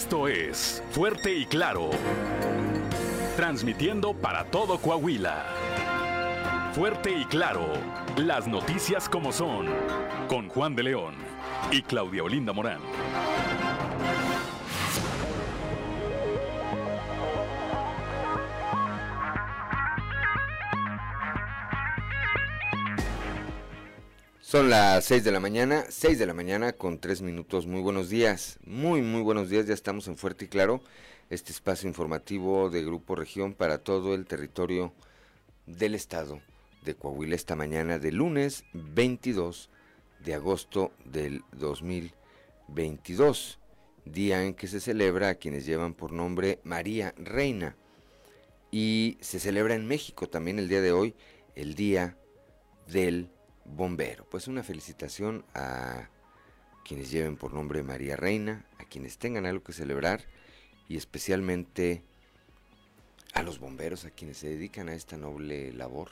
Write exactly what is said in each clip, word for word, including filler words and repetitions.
Esto es Fuerte y Claro, transmitiendo para todo Coahuila. Fuerte y Claro, las noticias como son, con Juan de León y Claudia Olinda Morán. Son las seis de la mañana, seis de la mañana con tres minutos. Muy buenos días, muy muy buenos días. Ya estamos en Fuerte y Claro, este espacio informativo de Grupo Región para todo el territorio del estado de Coahuila. Esta mañana de lunes veintidós de agosto del dos mil veintidós, día en que se celebra a quienes llevan por nombre María Reina. Y se celebra en México también el día de hoy, el Día del Bombero. Pues una felicitación a quienes lleven por nombre María Reina, a quienes tengan algo que celebrar y especialmente a los bomberos, a quienes se dedican a esta noble labor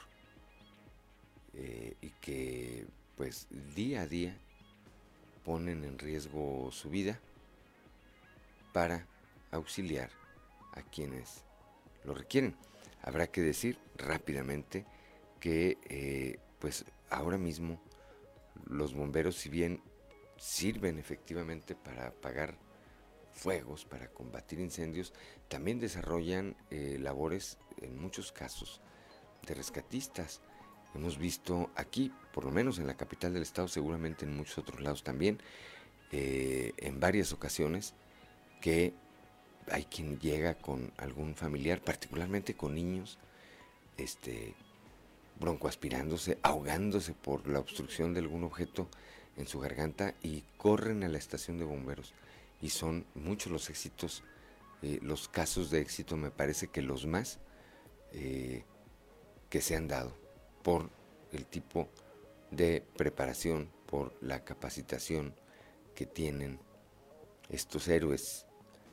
eh, y que pues día a día ponen en riesgo su vida para auxiliar a quienes lo requieren. Habrá que decir rápidamente que eh, pues ahora mismo los bomberos, si bien sirven efectivamente para apagar fuegos, para combatir incendios, también desarrollan eh, labores en muchos casos de rescatistas. Hemos visto aquí, por lo menos en la capital del estado, seguramente en muchos otros lados también, eh, en varias ocasiones, que hay quien llega con algún familiar, particularmente con niños, este broncoaspirándose, ahogándose por la obstrucción de algún objeto en su garganta y corren a la estación de bomberos. Y son muchos los éxitos, eh, los casos de éxito, me parece que los más eh, que se han dado por el tipo de preparación, por la capacitación que tienen estos héroes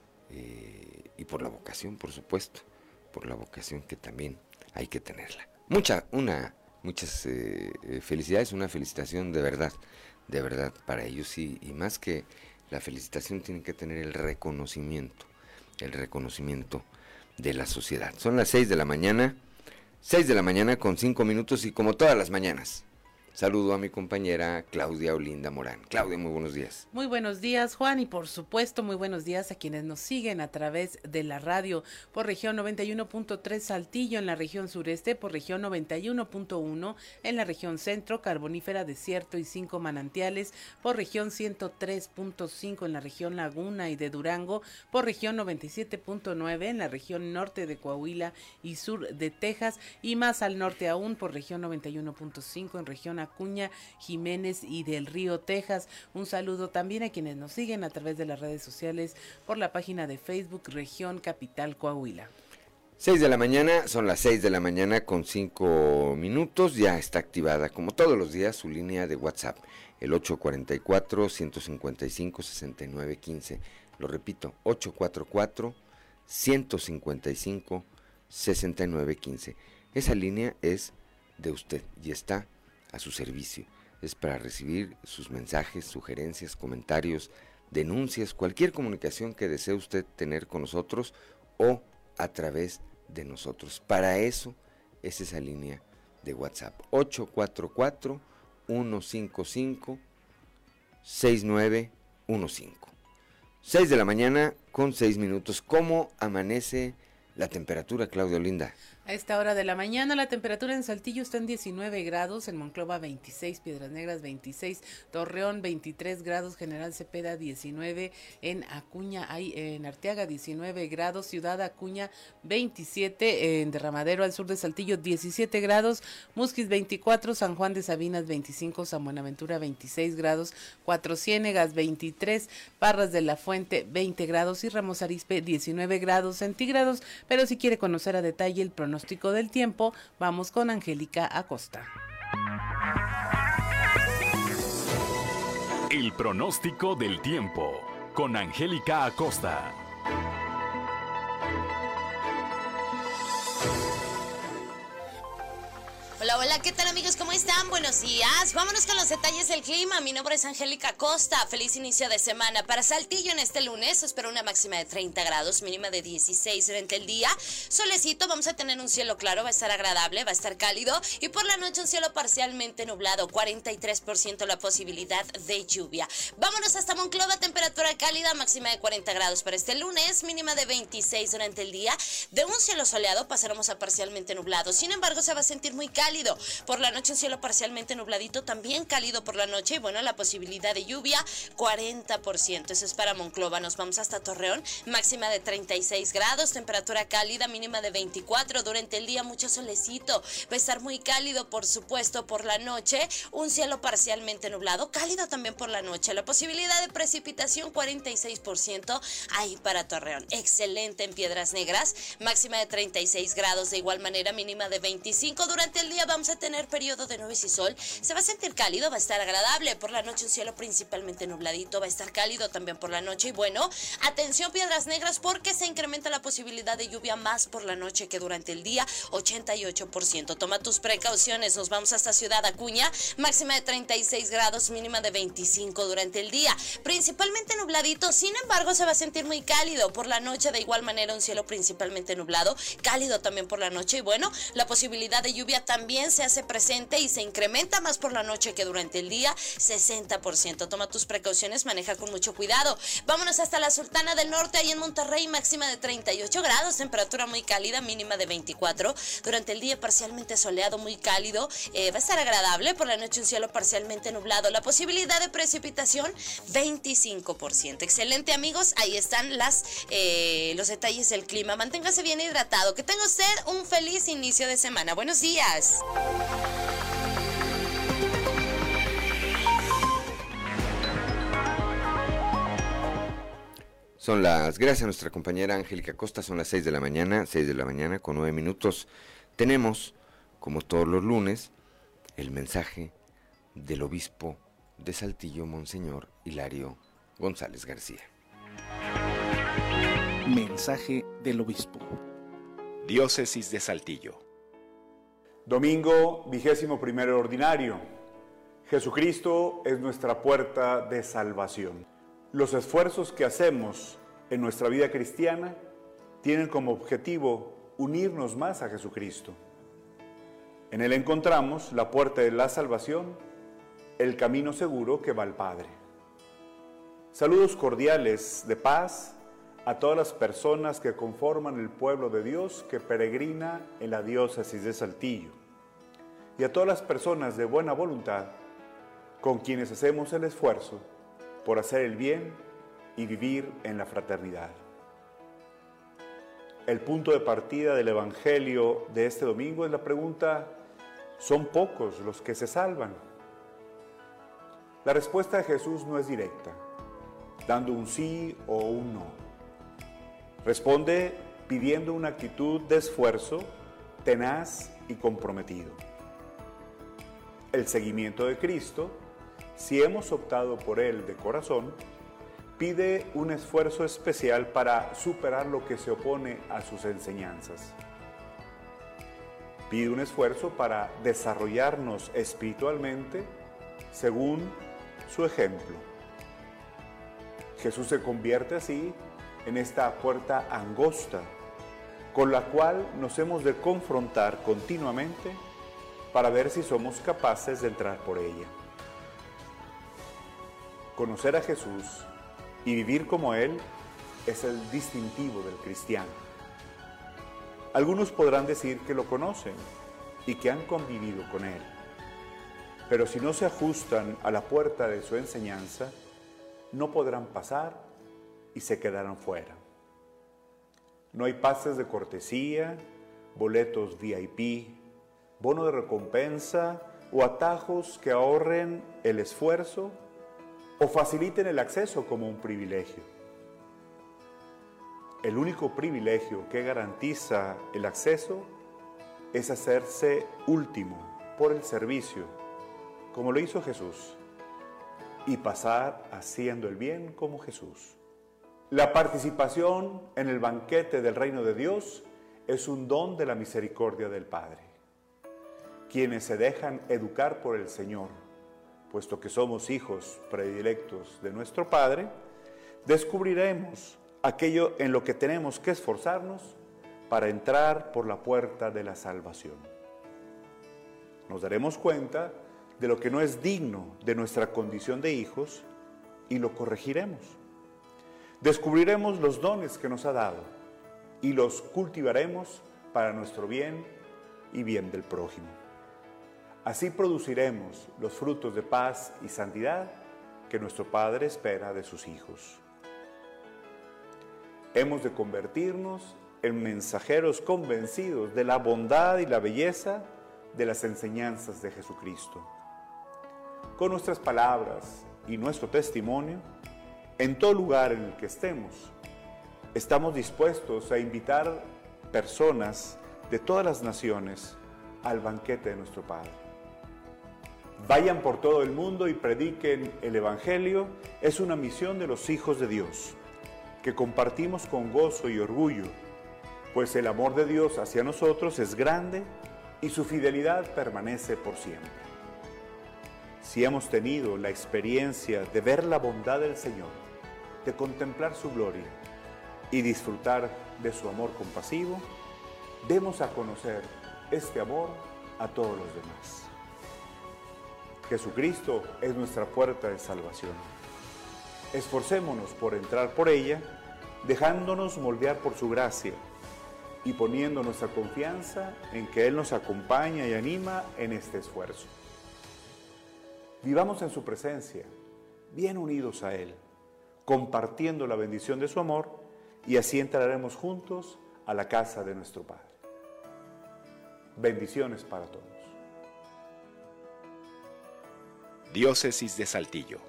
eh, y por la vocación, por supuesto, por la vocación que también hay que tenerla. Mucha, una, muchas eh, felicidades, una felicitación de verdad, de verdad para ellos y, y más que la felicitación tienen que tener el reconocimiento, el reconocimiento de la sociedad. Son las seis de la mañana, seis de la mañana con cinco minutos y como todas las mañanas, saludo a mi compañera Claudia Olinda Morán. Claudia, muy buenos días. Muy buenos días, Juan, y por supuesto muy buenos días a quienes nos siguen a través de la radio por región noventa y uno punto tres Saltillo en la región sureste, por región noventa y uno punto uno en la región centro, Carbonífera, Desierto y Cinco Manantiales, por región ciento tres punto cinco en la región Laguna y de Durango, por región noventa y siete punto nueve en la región norte de Coahuila y sur de Texas, y más al norte aún por región noventa y uno punto cinco en región Acuña, Jiménez y del Río, Texas. Un saludo también a quienes nos siguen a través de las redes sociales por la página de Facebook Región Capital Coahuila. seis de la mañana, son las seis de la mañana con cinco minutos, ya está activada como todos los días su línea de WhatsApp, el ocho cuatro cuatro, ciento cincuenta y cinco, sesenta y nueve quince. Lo repito, ocho cuatro cuatro, ciento cincuenta y cinco, sesenta y nueve quince. Esa línea es de usted y está a su servicio. Es para recibir sus mensajes, sugerencias, comentarios, denuncias, cualquier comunicación que desee usted tener con nosotros o a través de nosotros. Para eso es esa línea de WhatsApp, ocho cuatro cuatro, uno cinco cinco, seis nueve uno cinco. seis de la mañana con seis minutos. ¿Cómo amanece la temperatura, Claudia Olinda? A esta hora de la mañana la temperatura en Saltillo está en diecinueve grados, en Monclova veintiséis, Piedras Negras veintiséis, Torreón veintitrés grados, General Cepeda diecinueve, en Acuña, hay en Arteaga diecinueve grados, Ciudad Acuña veintisiete, en Derramadero al sur de Saltillo diecisiete grados, Musquis veinticuatro, San Juan de Sabinas veinticinco, San Buenaventura veintiséis grados, Cuatro Ciénegas veintitrés, Parras de la Fuente veinte grados y Ramos Arizpe diecinueve grados centígrados. Pero si quiere conocer a detalle el pronóstico del tiempo, vamos con Angélica Acosta. El pronóstico del tiempo con Angélica Acosta. Hola, hola, ¿qué tal amigos? ¿Cómo están? Buenos días. Vámonos con los detalles del clima. Mi nombre es Angélica Costa. Feliz inicio de semana. Para Saltillo en este lunes espero una máxima de treinta grados, mínima de dieciséis durante el día. Solecito, vamos a tener un cielo claro, va a estar agradable, va a estar cálido. Y por la noche un cielo parcialmente nublado, cuarenta y tres por ciento la posibilidad de lluvia. Vámonos hasta Monclova, temperatura cálida, máxima de cuarenta grados para este lunes, mínima de veintiséis durante el día. De un cielo soleado pasaremos a parcialmente nublado. Sin embargo, se va a sentir muy cálido. Por la noche un cielo parcialmente nubladito, también cálido por la noche y bueno, la posibilidad de lluvia cuarenta por ciento. Eso es para Monclova. Nos vamos hasta Torreón, máxima de treinta y seis grados, temperatura cálida, mínima de veinticuatro. Durante el día mucho solecito, va a estar muy cálido por supuesto. Por la noche un cielo parcialmente nublado, cálido también por la noche. La posibilidad de precipitación cuarenta y seis por ciento ahí para Torreón. Excelente en Piedras Negras, máxima de treinta y seis grados, de igual manera mínima de veinticinco. Durante el día vamos a tener periodo de nubes y sol, se va a sentir cálido, va a estar agradable. Por la noche un cielo principalmente nubladito, va a estar cálido también por la noche. Y bueno, atención Piedras Negras, porque se incrementa la posibilidad de lluvia más por la noche que durante el día, ochenta y ocho por ciento. Toma tus precauciones. Nos vamos hasta Ciudad Acuña, máxima de treinta y seis grados, mínima de veinticinco durante el día, principalmente nubladito, sin embargo se va a sentir muy cálido. Por la noche de igual manera un cielo principalmente nublado, cálido también por la noche. Y bueno, la posibilidad de lluvia también se hace presente y se incrementa más por la noche que durante el día, sesenta por ciento. Toma tus precauciones, maneja con mucho cuidado. Vámonos hasta la Sultana del Norte, ahí en Monterrey, máxima de treinta y ocho grados, temperatura muy cálida, mínima de veinticuatro. Durante el día parcialmente soleado, muy cálido, eh, va a estar agradable. Por la noche un cielo parcialmente nublado, la posibilidad de precipitación veinticinco por ciento. Excelente amigos, ahí están las eh, los detalles del clima. Manténgase bien hidratado, que tenga usted un feliz inicio de semana. Buenos días. Son las, gracias a nuestra compañera Angélica Costa, son las seis de la mañana, seis de la mañana con nueve minutos. Tenemos, como todos los lunes, el mensaje del obispo de Saltillo, Monseñor Hilario González García. Mensaje del obispo. Diócesis de Saltillo. Domingo vigésimo primero ordinario. Jesucristo es nuestra puerta de salvación. Los esfuerzos que hacemos en nuestra vida cristiana tienen como objetivo unirnos más a Jesucristo. En Él encontramos la puerta de la salvación, el camino seguro que va al Padre. Saludos cordiales de paz a todas las personas que conforman el pueblo de Dios que peregrina en la diócesis de Saltillo, y a todas las personas de buena voluntad con quienes hacemos el esfuerzo por hacer el bien y vivir en la fraternidad. El punto de partida del Evangelio de este domingo es la pregunta: ¿son pocos los que se salvan? La respuesta de Jesús no es directa, dando un sí o un no. Responde pidiendo una actitud de esfuerzo tenaz y comprometido. El seguimiento de Cristo, si hemos optado por Él de corazón, pide un esfuerzo especial para superar lo que se opone a sus enseñanzas. Pide un esfuerzo para desarrollarnos espiritualmente según su ejemplo. Jesús se convierte así en esta puerta angosta con la cual nos hemos de confrontar continuamente para ver si somos capaces de entrar por ella. Conocer a Jesús y vivir como Él es el distintivo del cristiano. Algunos podrán decir que lo conocen y que han convivido con Él, pero si no se ajustan a la puerta de su enseñanza, no podrán pasar y se quedarán fuera. No hay pases de cortesía, boletos V I P, bono de recompensa o atajos que ahorren el esfuerzo o faciliten el acceso como un privilegio. El único privilegio que garantiza el acceso es hacerse último por el servicio, como lo hizo Jesús, y pasar haciendo el bien como Jesús. La participación en el banquete del reino de Dios es un don de la misericordia del Padre. quienes se dejan educar por el Señor, puesto que somos hijos predilectos de nuestro Padre, descubriremos aquello en lo que tenemos que esforzarnos para entrar por la puerta de la salvación. Nos daremos cuenta de lo que no es digno de nuestra condición de hijos y lo corregiremos. Descubriremos los dones que nos ha dado y los cultivaremos para nuestro bien y bien del prójimo. Así produciremos los frutos de paz y santidad que nuestro Padre espera de sus hijos. Hemos de convertirnos en mensajeros convencidos de la bondad y la belleza de las enseñanzas de Jesucristo. Con nuestras palabras y nuestro testimonio, en todo lugar en el que estemos, estamos dispuestos a invitar personas de todas las naciones al banquete de nuestro Padre. Vayan por todo el mundo y prediquen el Evangelio, es una misión de los hijos de Dios, que compartimos con gozo y orgullo, pues el amor de Dios hacia nosotros es grande y su fidelidad permanece por siempre. Si hemos tenido la experiencia de ver la bondad del Señor, de contemplar su gloria y disfrutar de su amor compasivo, demos a conocer este amor a todos los demás. Jesucristo es nuestra puerta de salvación. Esforcémonos por entrar por ella, dejándonos moldear por su gracia y poniendo nuestra confianza en que Él nos acompaña y anima en este esfuerzo. Vivamos en su presencia, bien unidos a Él, compartiendo la bendición de su amor, y así entraremos juntos a la casa de nuestro Padre. Bendiciones para todos. Diócesis de Saltillo.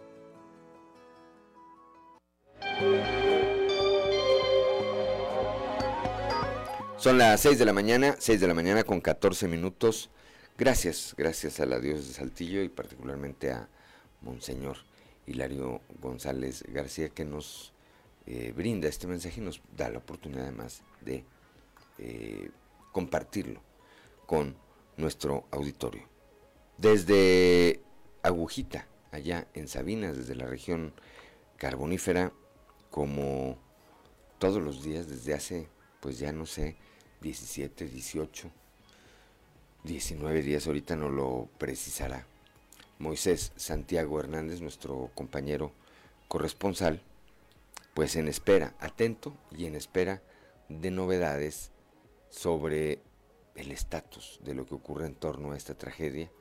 Son las seis de la mañana, seis de la mañana con catorce minutos. Gracias, gracias a la diócesis de Saltillo y particularmente a Monseñor Hilario González García, que nos eh, brinda este mensaje y nos da la oportunidad además de eh, compartirlo con nuestro auditorio. Desde Agujita, allá en Sabinas, desde la región carbonífera, como todos los días desde hace, pues ya no sé, diecisiete, dieciocho, diecinueve días, ahorita no lo precisará, Moisés Santiago Hernández, nuestro compañero corresponsal, pues en espera, atento y en espera de novedades sobre el estatus de lo que ocurre en torno a esta tragedia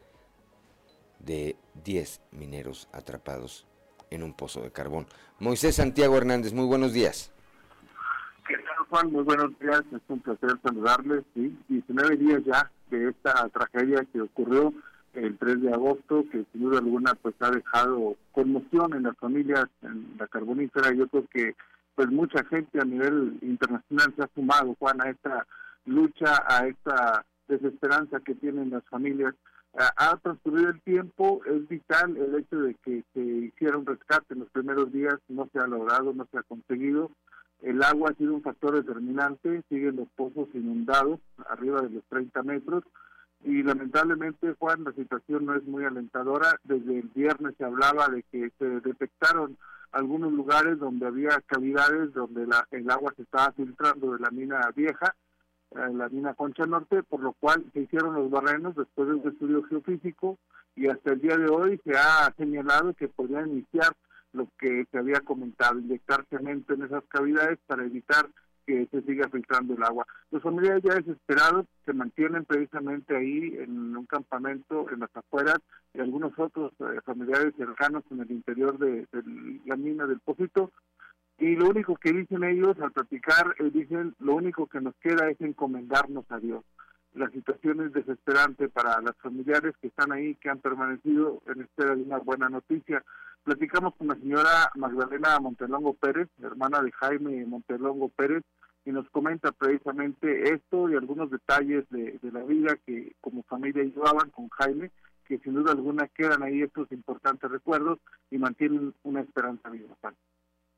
de diez mineros atrapados en un pozo de carbón. Moisés Santiago Hernández, muy buenos días. ¿Qué tal, Juan? Muy buenos días, es un placer saludarles. Sí, diecinueve días ya de esta tragedia que ocurrió el tres de agosto, que sin duda alguna pues ha dejado conmoción en las familias en la carbonífera. Yo creo que pues mucha gente a nivel internacional se ha sumado, Juan, a esta lucha, a esta desesperanza que tienen las familias. Ha transcurrido el tiempo, es vital el hecho de que se hiciera un rescate en los primeros días, no se ha logrado, no se ha conseguido. El agua ha sido un factor determinante, siguen los pozos inundados, arriba de los treinta metros, y lamentablemente, Juan, la situación no es muy alentadora. Desde el viernes se hablaba de que se detectaron algunos lugares donde había cavidades, donde la, el agua se estaba filtrando de la mina vieja, la mina Concha Norte, por lo cual se hicieron los barrenos después de un estudio geofísico, y hasta el día de hoy se ha señalado que podría iniciar lo que se había comentado, inyectar cemento en esas cavidades para evitar que se siga filtrando el agua. Los familiares ya desesperados se mantienen precisamente ahí en un campamento en las afueras, y algunos otros eh, familiares cercanos en el interior de, de la mina del Pocito. Y lo único que dicen ellos al platicar, eh, dicen, lo único que nos queda es encomendarnos a Dios. La situación es desesperante para las familiares que están ahí, que han permanecido en espera de una buena noticia. Platicamos con la señora Magdalena Montelongo Pérez, hermana de Jaime Montelongo Pérez, y nos comenta precisamente esto y algunos detalles de, de la vida que como familia llevaban con Jaime, que sin duda alguna quedan ahí estos importantes recuerdos y mantienen una esperanza viva.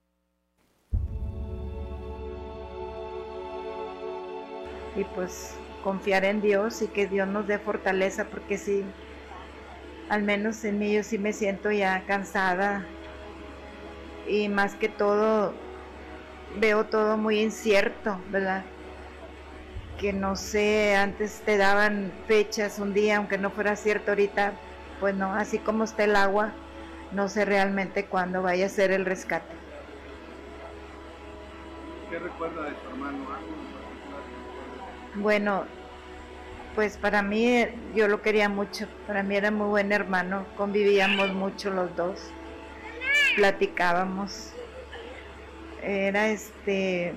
Y pues confiar en Dios y que Dios nos dé fortaleza, porque sí, al menos en mí yo sí me siento ya cansada y más que todo veo todo muy incierto, ¿verdad? Que no sé, antes te daban fechas un día, aunque no fuera cierto ahorita, pues no, así como está el agua, no sé realmente cuándo vaya a ser el rescate. ¿Qué recuerda de tu hermano? Bueno, pues para mí yo lo quería mucho, para mí era muy buen hermano, convivíamos mucho los dos, platicábamos, era este,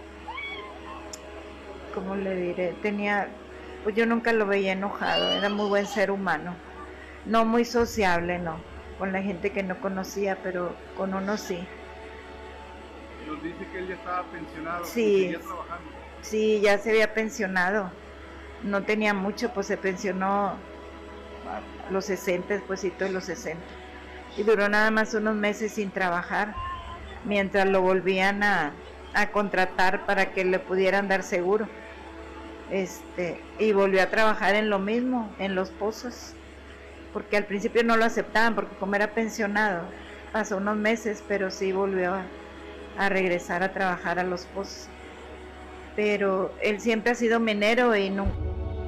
¿cómo le diré? Tenía, pues yo nunca lo veía enojado, era muy buen ser humano, no muy sociable, no, con la gente que no conocía, pero con uno sí. Nos dice que él ya estaba pensionado, sí, y seguía trabajando. Sí, ya se había pensionado, no tenía mucho, pues se pensionó a los sesenta, despuésito de los sesenta, y duró nada más unos meses sin trabajar, mientras lo volvían a, a contratar para que le pudieran dar seguro, este, y volvió a trabajar en lo mismo, en los pozos, porque al principio no lo aceptaban, porque como era pensionado, pasó unos meses, pero sí volvió a, a regresar a trabajar a los pozos. Pero él siempre ha sido minero y no.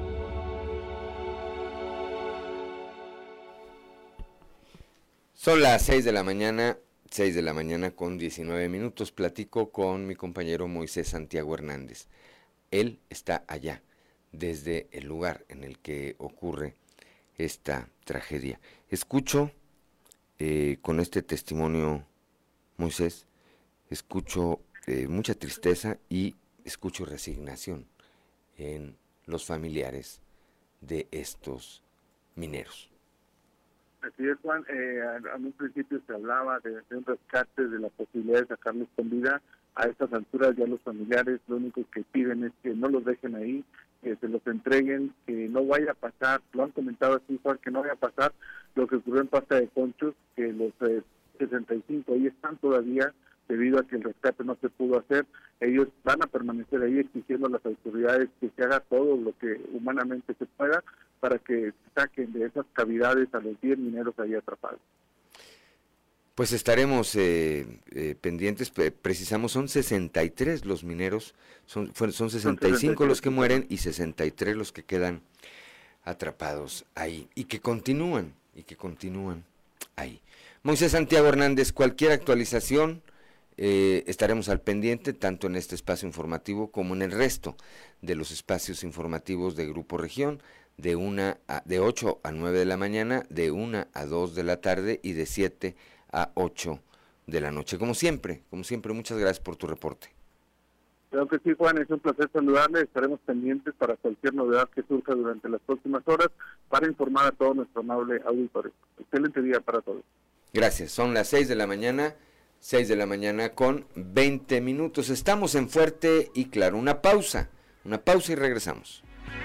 Son las seis de la mañana, seis de la mañana con diecinueve minutos. Platico con mi compañero Moisés Santiago Hernández. Él está allá, desde el lugar en el que ocurre esta tragedia. Escucho eh, con este testimonio, Moisés, escucho eh, mucha tristeza y escucho resignación en los familiares de estos mineros. Así es, Juan. Eh, en un principio se hablaba de, de un rescate, de la posibilidad de sacarlos con vida. A estas alturas ya los familiares lo único que piden es que no los dejen ahí, que se los entreguen, que no vaya a pasar, lo han comentado así, Juan, que no vaya a pasar lo que ocurrió en Pasta de Conchos, que los eh, sesenta y cinco ahí están todavía, debido a que el rescate no se pudo hacer. Ellos van a permanecer ahí exigiendo a las autoridades que se haga todo lo que humanamente se pueda para que saquen de esas cavidades a los diez mineros ahí atrapados. Pues estaremos eh, eh, pendientes, precisamos, son sesenta y tres los mineros, son, son sesenta y cinco los que mueren y sesenta y tres los que quedan atrapados ahí y que continúan, y que continúan ahí. Moisés Santiago Hernández, cualquier actualización, Eh, estaremos al pendiente tanto en este espacio informativo como en el resto de los espacios informativos de Grupo Región, de una a, de ocho a nueve de la mañana, de una a dos de la tarde y de siete a ocho de la noche. Como siempre, como siempre, muchas gracias por tu reporte. Creo que sí, Juan, es un placer saludarle. Estaremos pendientes para cualquier novedad que surja durante las próximas horas para informar a todo nuestro amable auditorio. Excelente día para todos. Gracias, son las seis de la mañana. seis de la mañana con veinte minutos. Estamos en Fuerte y Claro. Una pausa, una pausa y regresamos.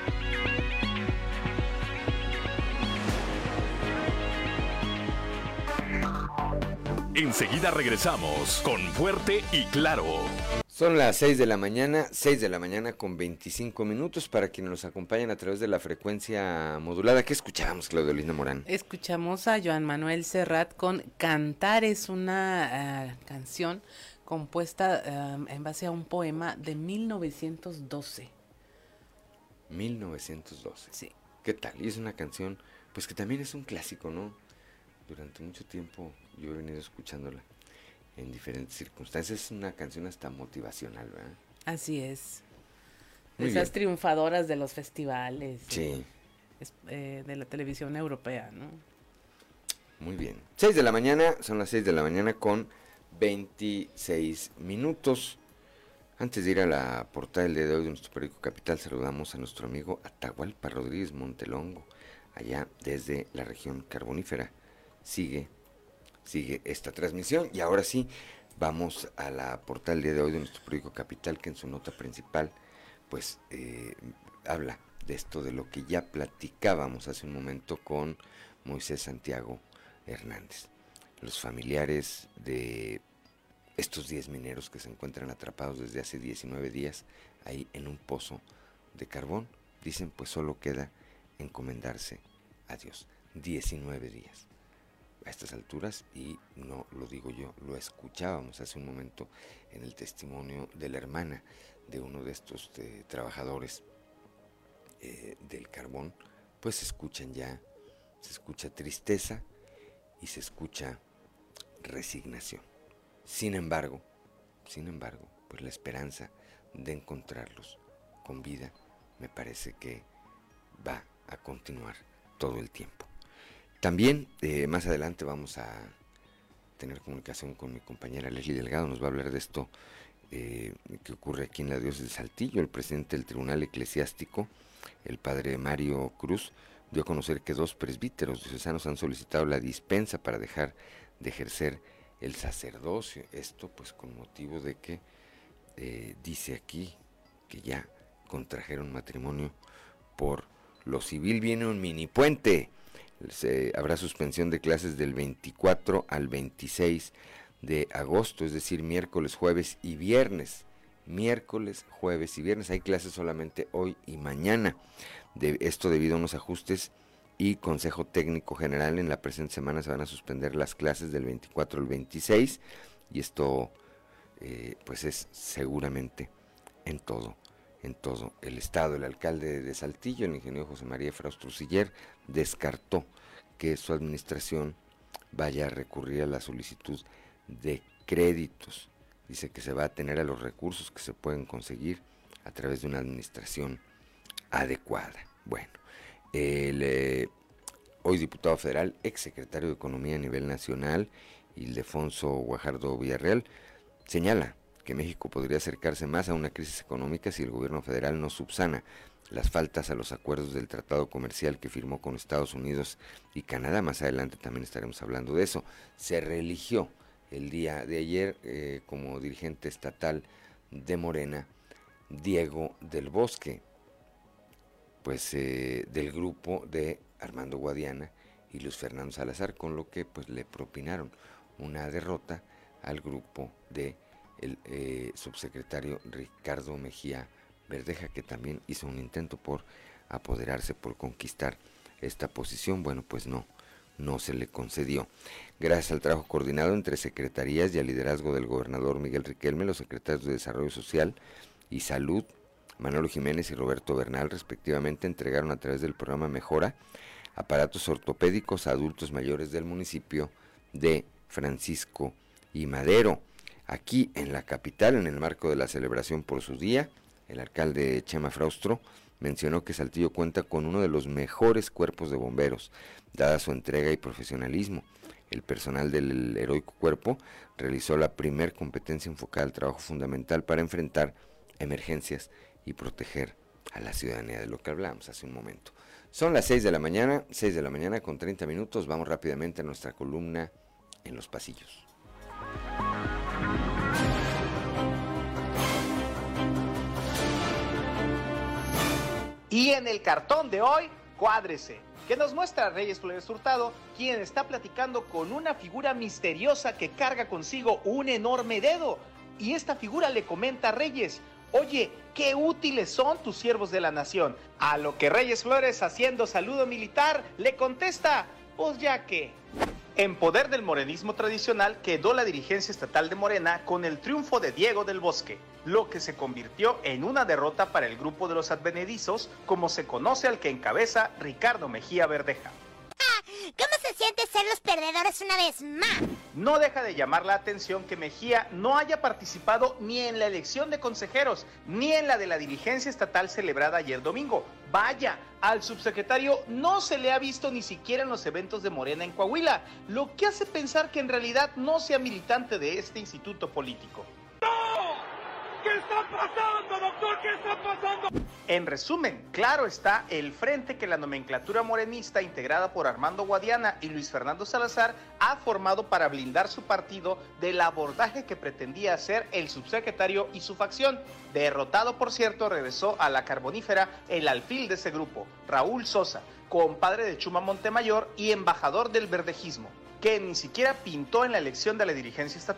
Enseguida regresamos con Fuerte y Claro. Son las seis de la mañana, seis de la mañana con veinticinco minutos para quienes nos acompañan a través de la frecuencia modulada. ¿Qué escuchábamos, Claudio Linda Morán? Escuchamos a Joan Manuel Serrat con Cantares, una uh, canción compuesta uh, en base a un poema de mil novecientos doce. mil novecientos doce. Sí. ¿Qué tal? Y es una canción, pues que también es un clásico, ¿no? Durante mucho tiempo yo he venido escuchándola en diferentes circunstancias. Es una canción hasta motivacional, ¿verdad? Así es. Muy Esas bien. triunfadoras de los festivales. Sí. Eh, eh, de la televisión europea, ¿no? Muy bien. seis de la mañana, son las seis de la mañana con veintiséis minutos. Antes de ir a la portada del día de hoy de nuestro periódico Capital, saludamos a nuestro amigo Atahualpa Rodríguez Montelongo, allá desde la región carbonífera. Sigue, sigue esta transmisión y ahora sí, vamos a la portada del día de hoy de nuestro periódico Capital, que en su nota principal, pues, eh, habla de esto, de lo que ya platicábamos hace un momento con Moisés Santiago Hernández. Los familiares de estos diez mineros que se encuentran atrapados desde hace diecinueve días ahí en un pozo de carbón, dicen, pues solo queda encomendarse a Dios. diecinueve días a estas alturas, y no lo digo yo, lo escuchábamos hace un momento en el testimonio de la hermana de uno de estos de, trabajadores eh, del carbón, pues se escuchan ya, se escucha tristeza y se escucha resignación. Sin embargo, sin embargo, pues la esperanza de encontrarlos con vida me parece que va a continuar todo el tiempo. También eh, más adelante vamos a tener comunicación con mi compañera Leslie Delgado, nos va a hablar de esto eh, que ocurre aquí en la diócesis de Saltillo. El presidente del Tribunal Eclesiástico, el padre Mario Cruz, dio a conocer que dos presbíteros diocesanos han solicitado la dispensa para dejar de ejercer el sacerdocio. Esto pues con motivo de que eh, dice aquí que ya contrajeron matrimonio por lo civil. Viene un mini puente. Se, habrá suspensión de clases del veinticuatro al veintiséis de agosto, es decir, miércoles, jueves y viernes. Miércoles, jueves y viernes. Hay clases solamente hoy y mañana. De esto debido a unos ajustes y Consejo Técnico General. En la presente semana se van a suspender las clases del veinticuatro al veintiséis, y esto eh, pues es seguramente en todo en todo el estado. El alcalde de Saltillo, el ingeniero José María Fraustro Siller, descartó que su administración vaya a recurrir a la solicitud de créditos. Dice que se va a atener a los recursos que se pueden conseguir a través de una administración adecuada. Bueno, el eh, hoy diputado federal, exsecretario de Economía a nivel nacional, Ildefonso Guajardo Villarreal, señala que México podría acercarse más a una crisis económica si el gobierno federal no subsana las faltas a los acuerdos del tratado comercial que firmó con Estados Unidos y Canadá. Más adelante también estaremos hablando de eso. Se reeligió el día de ayer eh, como dirigente estatal de Morena Diego del Bosque, pues eh, del grupo de Armando Guadiana y Luis Fernando Salazar, con lo que pues le propinaron una derrota al grupo de el eh, subsecretario Ricardo Mejía Verdeja, que también hizo un intento por apoderarse, por conquistar esta posición. Bueno, pues no, no se le concedió. Gracias al trabajo coordinado entre secretarías y al liderazgo del gobernador Miguel Riquelme, los secretarios de Desarrollo Social y Salud, Manolo Jiménez y Roberto Bernal, respectivamente, entregaron a través del programa Mejora aparatos ortopédicos a adultos mayores del municipio de Francisco y Madero. Aquí en la capital, en el marco de la celebración por su día, el alcalde Chema Fraustro mencionó que Saltillo cuenta con uno de los mejores cuerpos de bomberos, dada su entrega y profesionalismo. El personal del heroico cuerpo realizó la primer competencia enfocada al trabajo fundamental para enfrentar emergencias y proteger a la ciudadanía, de lo que hablamos hace un momento. Son las seis de la mañana, seis de la mañana con treinta minutos. Vamos rápidamente a nuestra columna En los Pasillos. Y en el cartón de hoy, cuádrese, que nos muestra a Reyes Flores Hurtado, quien está platicando con una figura misteriosa que carga consigo un enorme dedo. Y esta figura le comenta a Reyes: oye, qué útiles son tus siervos de la nación. A lo que Reyes Flores, haciendo saludo militar, le contesta: pues ya que... En poder del morenismo tradicional quedó la dirigencia estatal de Morena con el triunfo de Diego del Bosque, lo que se convirtió en una derrota para el grupo de los advenedizos, como se conoce al que encabeza Ricardo Mejía Verdeja. ¿Cómo se siente ser los perdedores una vez más? No deja de llamar la atención que Mejía no haya participado ni en la elección de consejeros, ni en la de la dirigencia estatal celebrada ayer domingo. Vaya, al subsecretario no se le ha visto ni siquiera en los eventos de Morena en Coahuila, lo que hace pensar que en realidad no sea militante de este instituto político. ¡No! ¿Qué está pasando, doctor? ¿Qué está pasando? En resumen, claro está el frente que la nomenclatura morenista integrada por Armando Guadiana y Luis Fernando Salazar ha formado para blindar su partido del abordaje que pretendía hacer el subsecretario y su facción. Derrotado, por cierto, regresó a la carbonífera el alfil de ese grupo, Raúl Sosa, compadre de Chuma Montemayor y embajador del verdejismo, que ni siquiera pintó en la elección de la dirigencia estatal.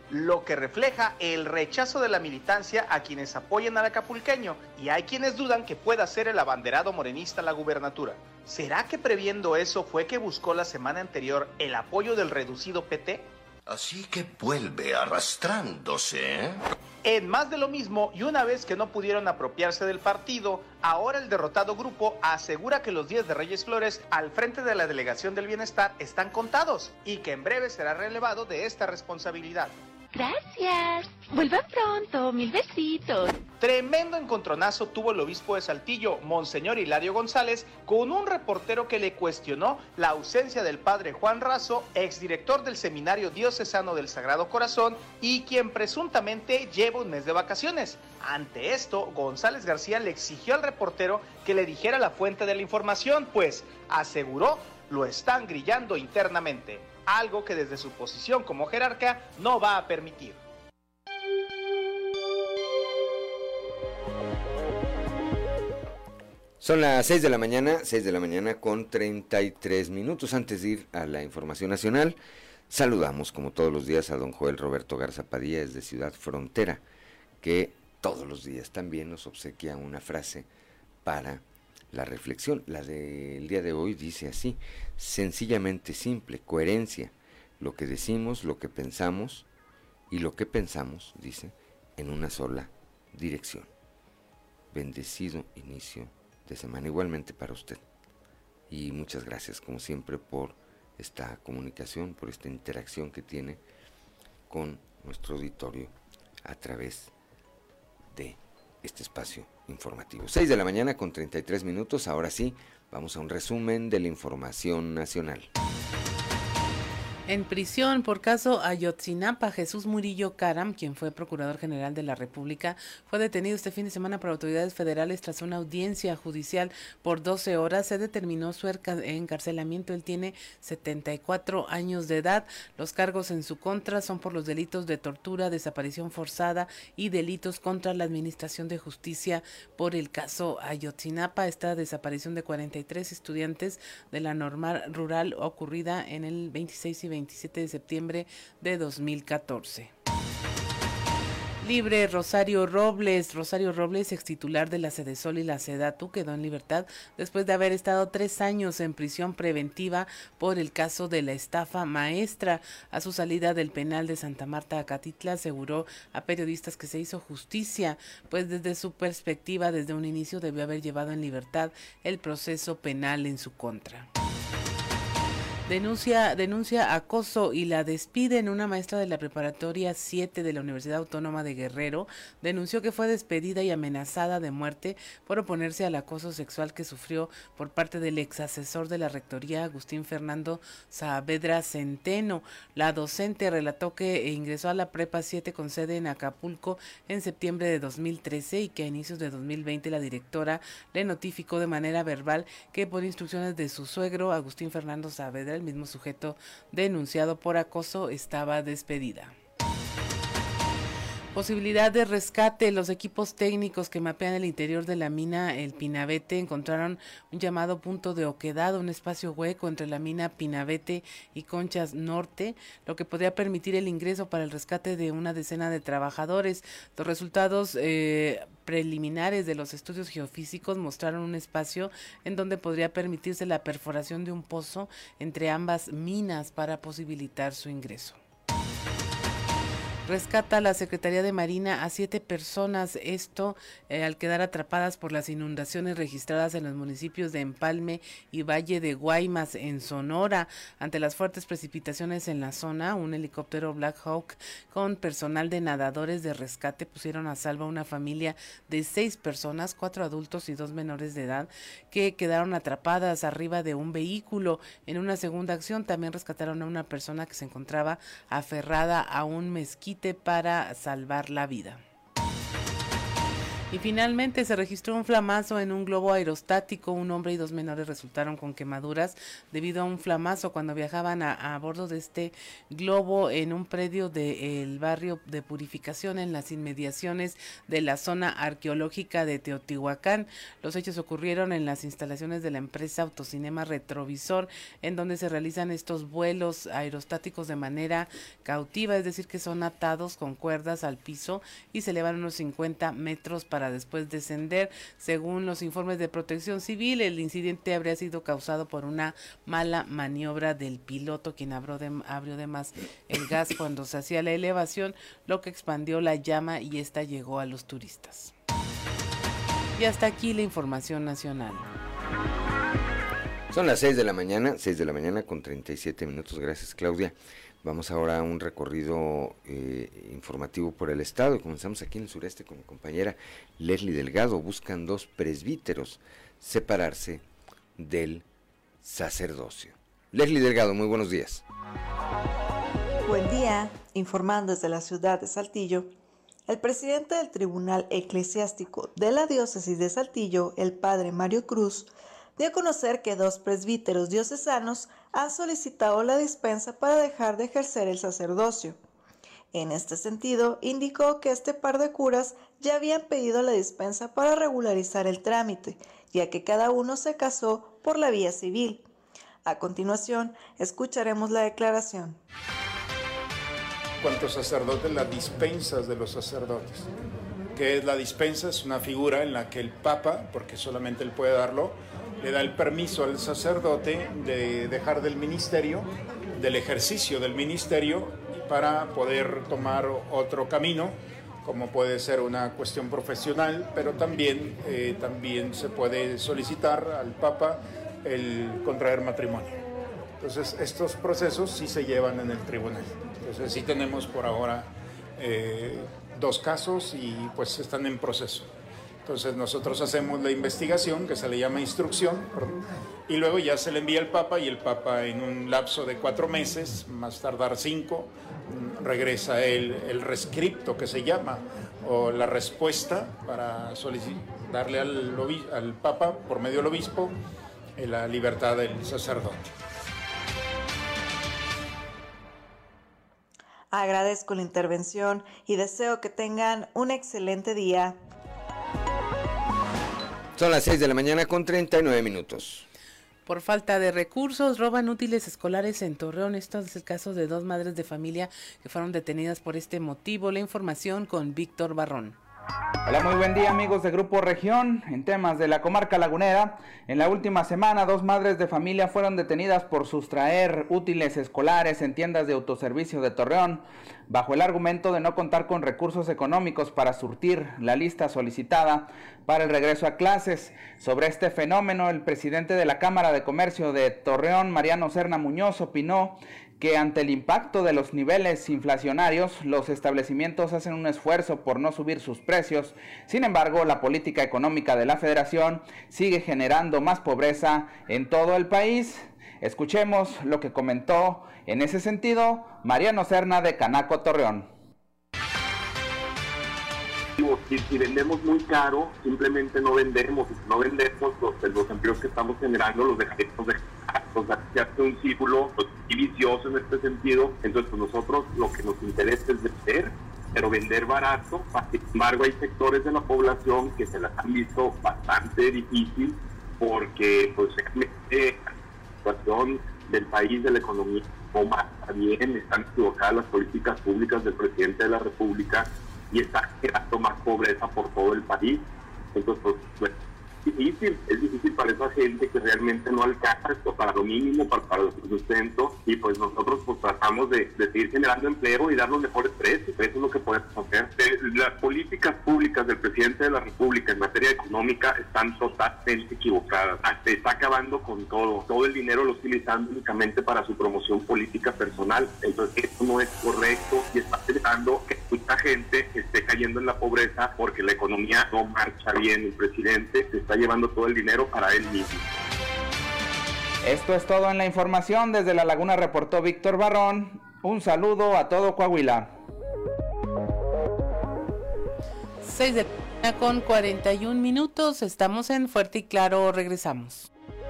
lo que refleja el rechazo de la militancia a quienes apoyan al acapulqueño, y hay quienes dudan que pueda ser el abanderado morenista la gubernatura. ¿Será que previendo eso fue que buscó la semana anterior el apoyo del reducido P T? Así que vuelve arrastrándose, ¿eh? En más de lo mismo, y una vez que no pudieron apropiarse del partido, ahora el derrotado grupo asegura que los días de Reyes Flores al frente de la Delegación del Bienestar están contados y que en breve será relevado de esta responsabilidad. Gracias. Vuelvan pronto, mil besitos. Tremendo encontronazo tuvo el obispo de Saltillo, Monseñor Hilario González, con un reportero que le cuestionó la ausencia del padre Juan Razo, exdirector del Seminario Diocesano del Sagrado Corazón y quien presuntamente lleva un mes de vacaciones. Ante esto, González García le exigió al reportero que le dijera la fuente de la información, pues aseguró lo están grillando internamente, algo que desde su posición como jerarca no va a permitir. Son las seis de la mañana, seis de la mañana con treinta y tres minutos. Antes de ir a la información nacional, saludamos como todos los días a don Joel Roberto Garza Padilla desde Ciudad Frontera, que todos los días también nos obsequia una frase para la reflexión. La del día de hoy dice así: sencillamente simple, coherencia, lo que decimos, lo que pensamos y lo que pensamos, dice, en una sola dirección. Bendecido inicio de semana igualmente para usted, y muchas gracias como siempre por esta comunicación, por esta interacción que tiene con nuestro auditorio a través de este espacio informativo. seis de la mañana con treinta y tres minutos. Ahora sí, vamos a un resumen de la información nacional. En prisión por caso Ayotzinapa, Jesús Murillo Caram, quien fue Procurador General de la República, fue detenido este fin de semana por autoridades federales tras una audiencia judicial por doce horas. Se determinó su encarcelamiento. Él tiene setenta y cuatro años de edad. Los cargos en su contra son por los delitos de tortura, desaparición forzada y delitos contra la administración de justicia por el caso Ayotzinapa. Esta desaparición de cuarenta y tres estudiantes de la normal rural ocurrida en el veintiséis y veintisiete de septiembre de dos mil catorce. Libre Rosario Robles. Rosario Robles, ex titular de la Sedesol y la Sedatu, quedó en libertad después de haber estado tres años en prisión preventiva por el caso de la estafa maestra. A su salida del penal de Santa Marta, Acatitla, aseguró a periodistas que se hizo justicia, pues desde su perspectiva, desde un inicio debió haber llevado en libertad el proceso penal en su contra. Denuncia, denuncia acoso y la despiden. Una maestra de la preparatoria siete de la Universidad Autónoma de Guerrero denunció que fue despedida y amenazada de muerte por oponerse al acoso sexual que sufrió por parte del ex asesor de la rectoría, Agustín Fernando Saavedra Centeno. La docente relató que ingresó a la prepa siete con sede en Acapulco en septiembre de dos mil trece y que a inicios de dos mil veinte la directora le notificó de manera verbal que por instrucciones de su suegro, Agustín Fernando Saavedra, el mismo sujeto denunciado por acoso, estaba despedida. Posibilidad de rescate. Los equipos técnicos que mapean el interior de la mina El Pinabete encontraron un llamado punto de oquedad, un espacio hueco entre la mina Pinabete y Conchas Norte, lo que podría permitir el ingreso para el rescate de una decena de trabajadores. Los resultados eh, preliminares de los estudios geofísicos mostraron un espacio en donde podría permitirse la perforación de un pozo entre ambas minas para posibilitar su ingreso. Rescata la Secretaría de Marina a siete personas, esto eh, al quedar atrapadas por las inundaciones registradas en los municipios de Empalme y Valle de Guaymas, en Sonora. Ante las fuertes precipitaciones en la zona, un helicóptero Black Hawk con personal de nadadores de rescate pusieron a salvo a una familia de seis personas, cuatro adultos y dos menores de edad, que quedaron atrapadas arriba de un vehículo. En una segunda acción también rescataron a una persona que se encontraba aferrada a un mezquite para salvar la vida. Y finalmente se registró un flamazo en un globo aerostático. Un hombre y dos menores resultaron con quemaduras debido a un flamazo cuando viajaban a, a bordo de este globo en un predio del barrio de Purificación en las inmediaciones de la zona arqueológica de Teotihuacán. Los hechos ocurrieron en las instalaciones de la empresa Autocinema Retrovisor, en donde se realizan estos vuelos aerostáticos de manera cautiva, es decir, que son atados con cuerdas al piso y se elevan unos cincuenta metros para después descender. Según los informes de Protección Civil, el incidente habría sido causado por una mala maniobra del piloto, quien abrió de, abrió de más el gas cuando se hacía la elevación, lo que expandió la llama y esta llegó a los turistas. Y hasta aquí la información nacional. Son las seis de la mañana, seis de la mañana con treinta y siete minutos. Gracias, Claudia. Vamos ahora a un recorrido eh, informativo por el estado. Comenzamos aquí en el sureste con mi compañera Leslie Delgado. Buscan dos presbíteros separarse del sacerdocio. Leslie Delgado, muy buenos días. Buen día. Informando desde la ciudad de Saltillo, el presidente del Tribunal Eclesiástico de la Diócesis de Saltillo, el padre Mario Cruz, dio a conocer que dos presbíteros diocesanos han solicitado la dispensa para dejar de ejercer el sacerdocio. En este sentido, indicó que este par de curas ya habían pedido la dispensa para regularizar el trámite, ya que cada uno se casó por la vía civil. A continuación, escucharemos la declaración. Cuanto sacerdotes, las dispensas de los sacerdotes. ¿Qué es la dispensa? Es una figura en la que el Papa, porque solamente él puede darlo, le da el permiso al sacerdote de dejar del ministerio, del ejercicio del ministerio, para poder tomar otro camino, como puede ser una cuestión profesional, pero también, eh, también se puede solicitar al Papa el contraer matrimonio. Entonces, estos procesos sí se llevan en el tribunal. Entonces, sí tenemos por ahora eh, dos casos y pues están en proceso. Entonces nosotros hacemos la investigación, que se le llama instrucción, y luego ya se le envía al Papa, y el Papa en un lapso de cuatro meses, más tardar cinco, regresa el, el rescripto que se llama, o la respuesta para darle al, al Papa, por medio del obispo, la libertad del sacerdote. Agradezco la intervención y deseo que tengan un excelente día. Son las seis de la mañana con treinta y nueve minutos. Por falta de recursos, roban útiles escolares en Torreón. Esto es el caso de dos madres de familia que fueron detenidas por este motivo. La información con Víctor Barrón. Hola, muy buen día amigos de Grupo Región. En temas de la comarca lagunera, en la última semana dos madres de familia fueron detenidas por sustraer útiles escolares en tiendas de autoservicio de Torreón, bajo el argumento de no contar con recursos económicos para surtir la lista solicitada para el regreso a clases. Sobre este fenómeno, el presidente de la Cámara de Comercio de Torreón, Mariano Serna Muñoz, opinó que ante el impacto de los niveles inflacionarios, los establecimientos hacen un esfuerzo por no subir sus precios. Sin embargo, la política económica de la Federación sigue generando más pobreza en todo el país. Escuchemos lo que comentó en ese sentido Mariano Serna de Canaco Torreón. Si, si vendemos muy caro, simplemente no vendemos. Si no vendemos, los, los empleos que estamos generando los dejaremos de generar. O sea, se hace un círculo vicioso en este sentido. Entonces, pues nosotros lo que nos interesa es vender, pero vender barato. Sin embargo, hay sectores de la población que se las han visto bastante difícil porque, pues, realmente la situación del país, de la economía, no marcha bien, están equivocadas las políticas públicas del presidente de la República y está generando más pobreza por todo el país. Entonces, pues, pues es difícil, es difícil para esa gente que realmente no alcanza esto para lo mínimo, para, para los sustentos, y pues nosotros pues tratamos de, de seguir generando empleo y dar los mejores precios. Eso es lo que podemos hacer. Las políticas públicas del presidente de la República en materia económica están totalmente equivocadas. Se está acabando con todo. Todo el dinero lo está utilizando únicamente para su promoción política personal. Entonces, esto no es correcto y está generando que mucha gente esté cayendo en la pobreza porque la economía no marcha bien. El presidente se está llevando todo el dinero para él mismo. Esto es todo en la información. Desde La Laguna reportó Víctor Barrón. Un saludo a todo Coahuila. seis de Con cuarenta y un minutos, estamos en Fuerte y Claro, regresamos.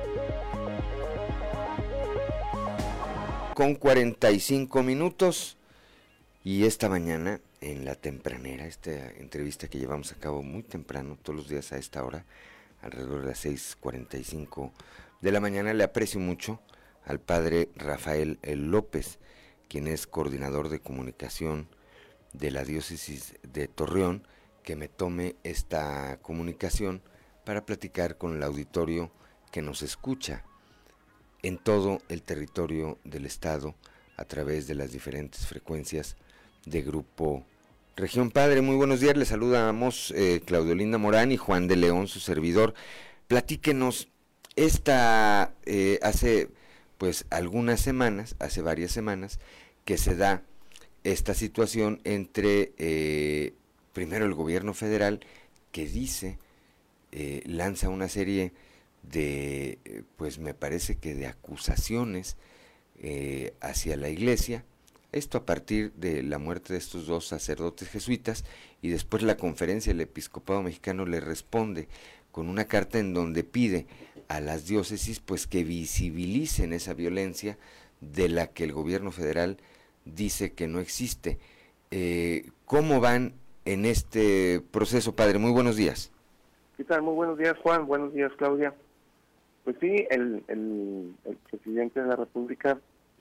Con cuarenta y cinco minutos, y esta mañana en la tempranera, esta entrevista que llevamos a cabo muy temprano, todos los días a esta hora, alrededor de las seis cuarenta y cinco de la mañana, le aprecio mucho al padre Rafael López, quien es coordinador de comunicación de la diócesis de Torreón, que me tome esta comunicación para platicar con el auditorio que nos escucha en todo el territorio del estado a través de las diferentes frecuencias de Grupo Región. Padre, muy buenos días, le saludamos eh, Claudio Linda Morán y Juan de León, su servidor. Platíquenos, esta eh, hace pues algunas semanas, hace varias semanas, que se da esta situación entre eh, primero el gobierno federal, que dice, eh, lanza una serie de, eh, pues me parece que de acusaciones eh, hacia la iglesia, esto a partir de la muerte de estos dos sacerdotes jesuitas, y después la conferencia del episcopado mexicano le responde con una carta en donde pide a las diócesis pues que visibilicen esa violencia de la que el gobierno federal dice que no existe. Eh, ¿Cómo van en este proceso, padre? Muy buenos días. ¿Qué tal? Muy buenos días, Juan. Buenos días, Claudia. Pues sí, el, el, el presidente de la República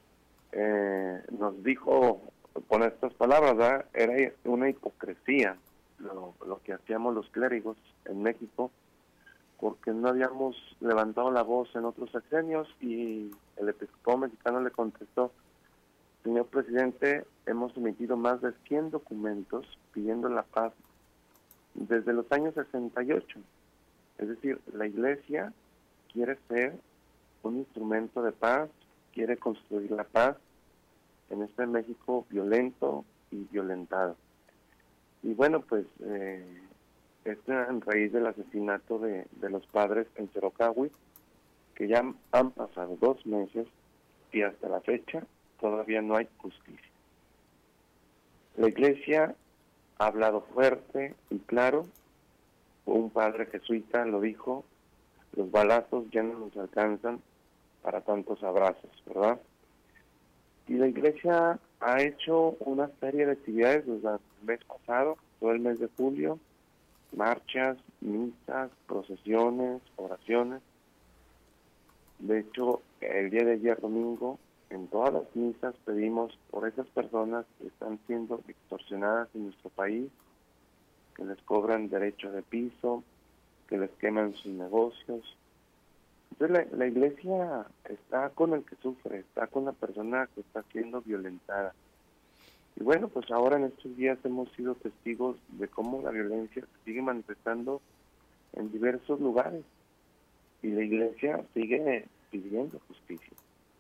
eh, nos dijo con estas palabras, ¿verdad? Era una hipocresía lo, lo que hacíamos los clérigos en México, porque no habíamos levantado la voz en otros sexenios, y el episcopado mexicano le contestó: señor presidente, hemos emitido más de cien documentos pidiendo la paz desde los años sesenta y ocho. Es decir, la iglesia quiere ser un instrumento de paz, quiere construir la paz en este México violento y violentado. Y bueno, pues eh, esto en raíz del asesinato de, de los padres en Cherocahui, que ya han pasado dos meses y hasta la fecha todavía no hay justicia. La iglesia ha hablado fuerte y claro. Un padre jesuita lo dijo: los balazos ya no nos alcanzan para tantos abrazos, ¿verdad? Y la iglesia ha hecho una serie de actividades desde el mes pasado, todo el mes de julio: marchas, misas, procesiones, oraciones. De hecho, el día de ayer domingo, en todas las misas pedimos por esas personas que están siendo extorsionadas en nuestro país, que les cobran derecho de piso, que les queman sus negocios. Entonces la, la iglesia está con el que sufre, está con la persona que está siendo violentada. Y bueno, pues ahora en estos días hemos sido testigos de cómo la violencia se sigue manifestando en diversos lugares, y la iglesia sigue pidiendo justicia.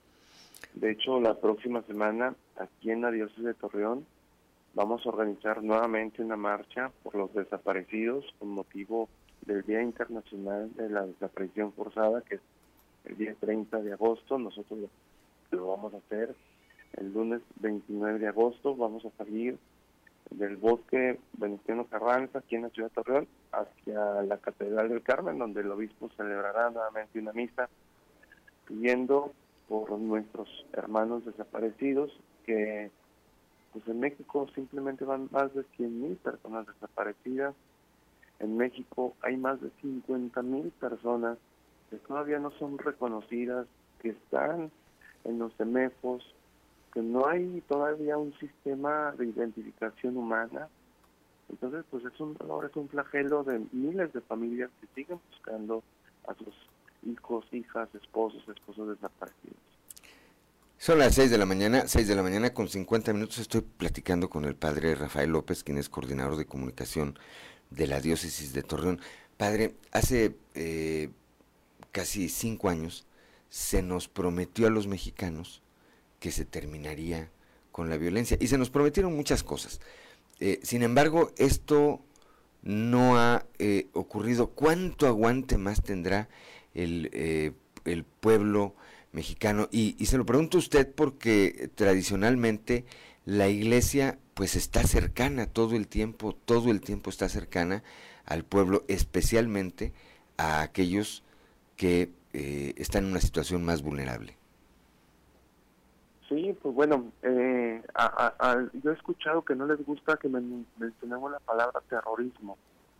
De hecho, la próxima semana, aquí en la diócesis de Torreón, vamos a organizar nuevamente una marcha por los desaparecidos con motivo del Día Internacional de la Desaparición Forzada, que es el día treinta de agosto. Nosotros lo, lo vamos a hacer el lunes veintinueve de agosto. Vamos a salir del bosque Venustiano Carranza, aquí en la ciudad de Torreón, hacia la Catedral del Carmen, donde el obispo celebrará nuevamente una misa pidiendo por nuestros hermanos desaparecidos, que pues en México simplemente van más de cien mil personas desaparecidas. En México hay más de cincuenta mil personas que todavía no son reconocidas, que están en los CEMEFOS, que no hay todavía un sistema de identificación humana. Entonces, pues es un dolor, es un flagelo de miles de familias que siguen buscando a sus hijos, hijas, esposos, esposos desaparecidos. Son las seis de la mañana, seis de la mañana con cincuenta minutos. Estoy platicando con el padre Rafael López, quien es coordinador de comunicación de la diócesis de Torreón. Padre, hace eh, casi cinco años se nos prometió a los mexicanos que se terminaría con la violencia, y se nos prometieron muchas cosas. Eh, sin embargo, esto no ha eh, ocurrido. ¿Cuánto aguante más tendrá el, eh, el pueblo mexicano? Y, y se lo pregunto a usted porque tradicionalmente la iglesia pues está cercana todo el tiempo, todo el tiempo está cercana al pueblo, especialmente a aquellos que eh, están en una situación más vulnerable. Sí, pues bueno, eh, a, a, a, yo he escuchado que no les gusta que men mencionemos la palabra terrorismo.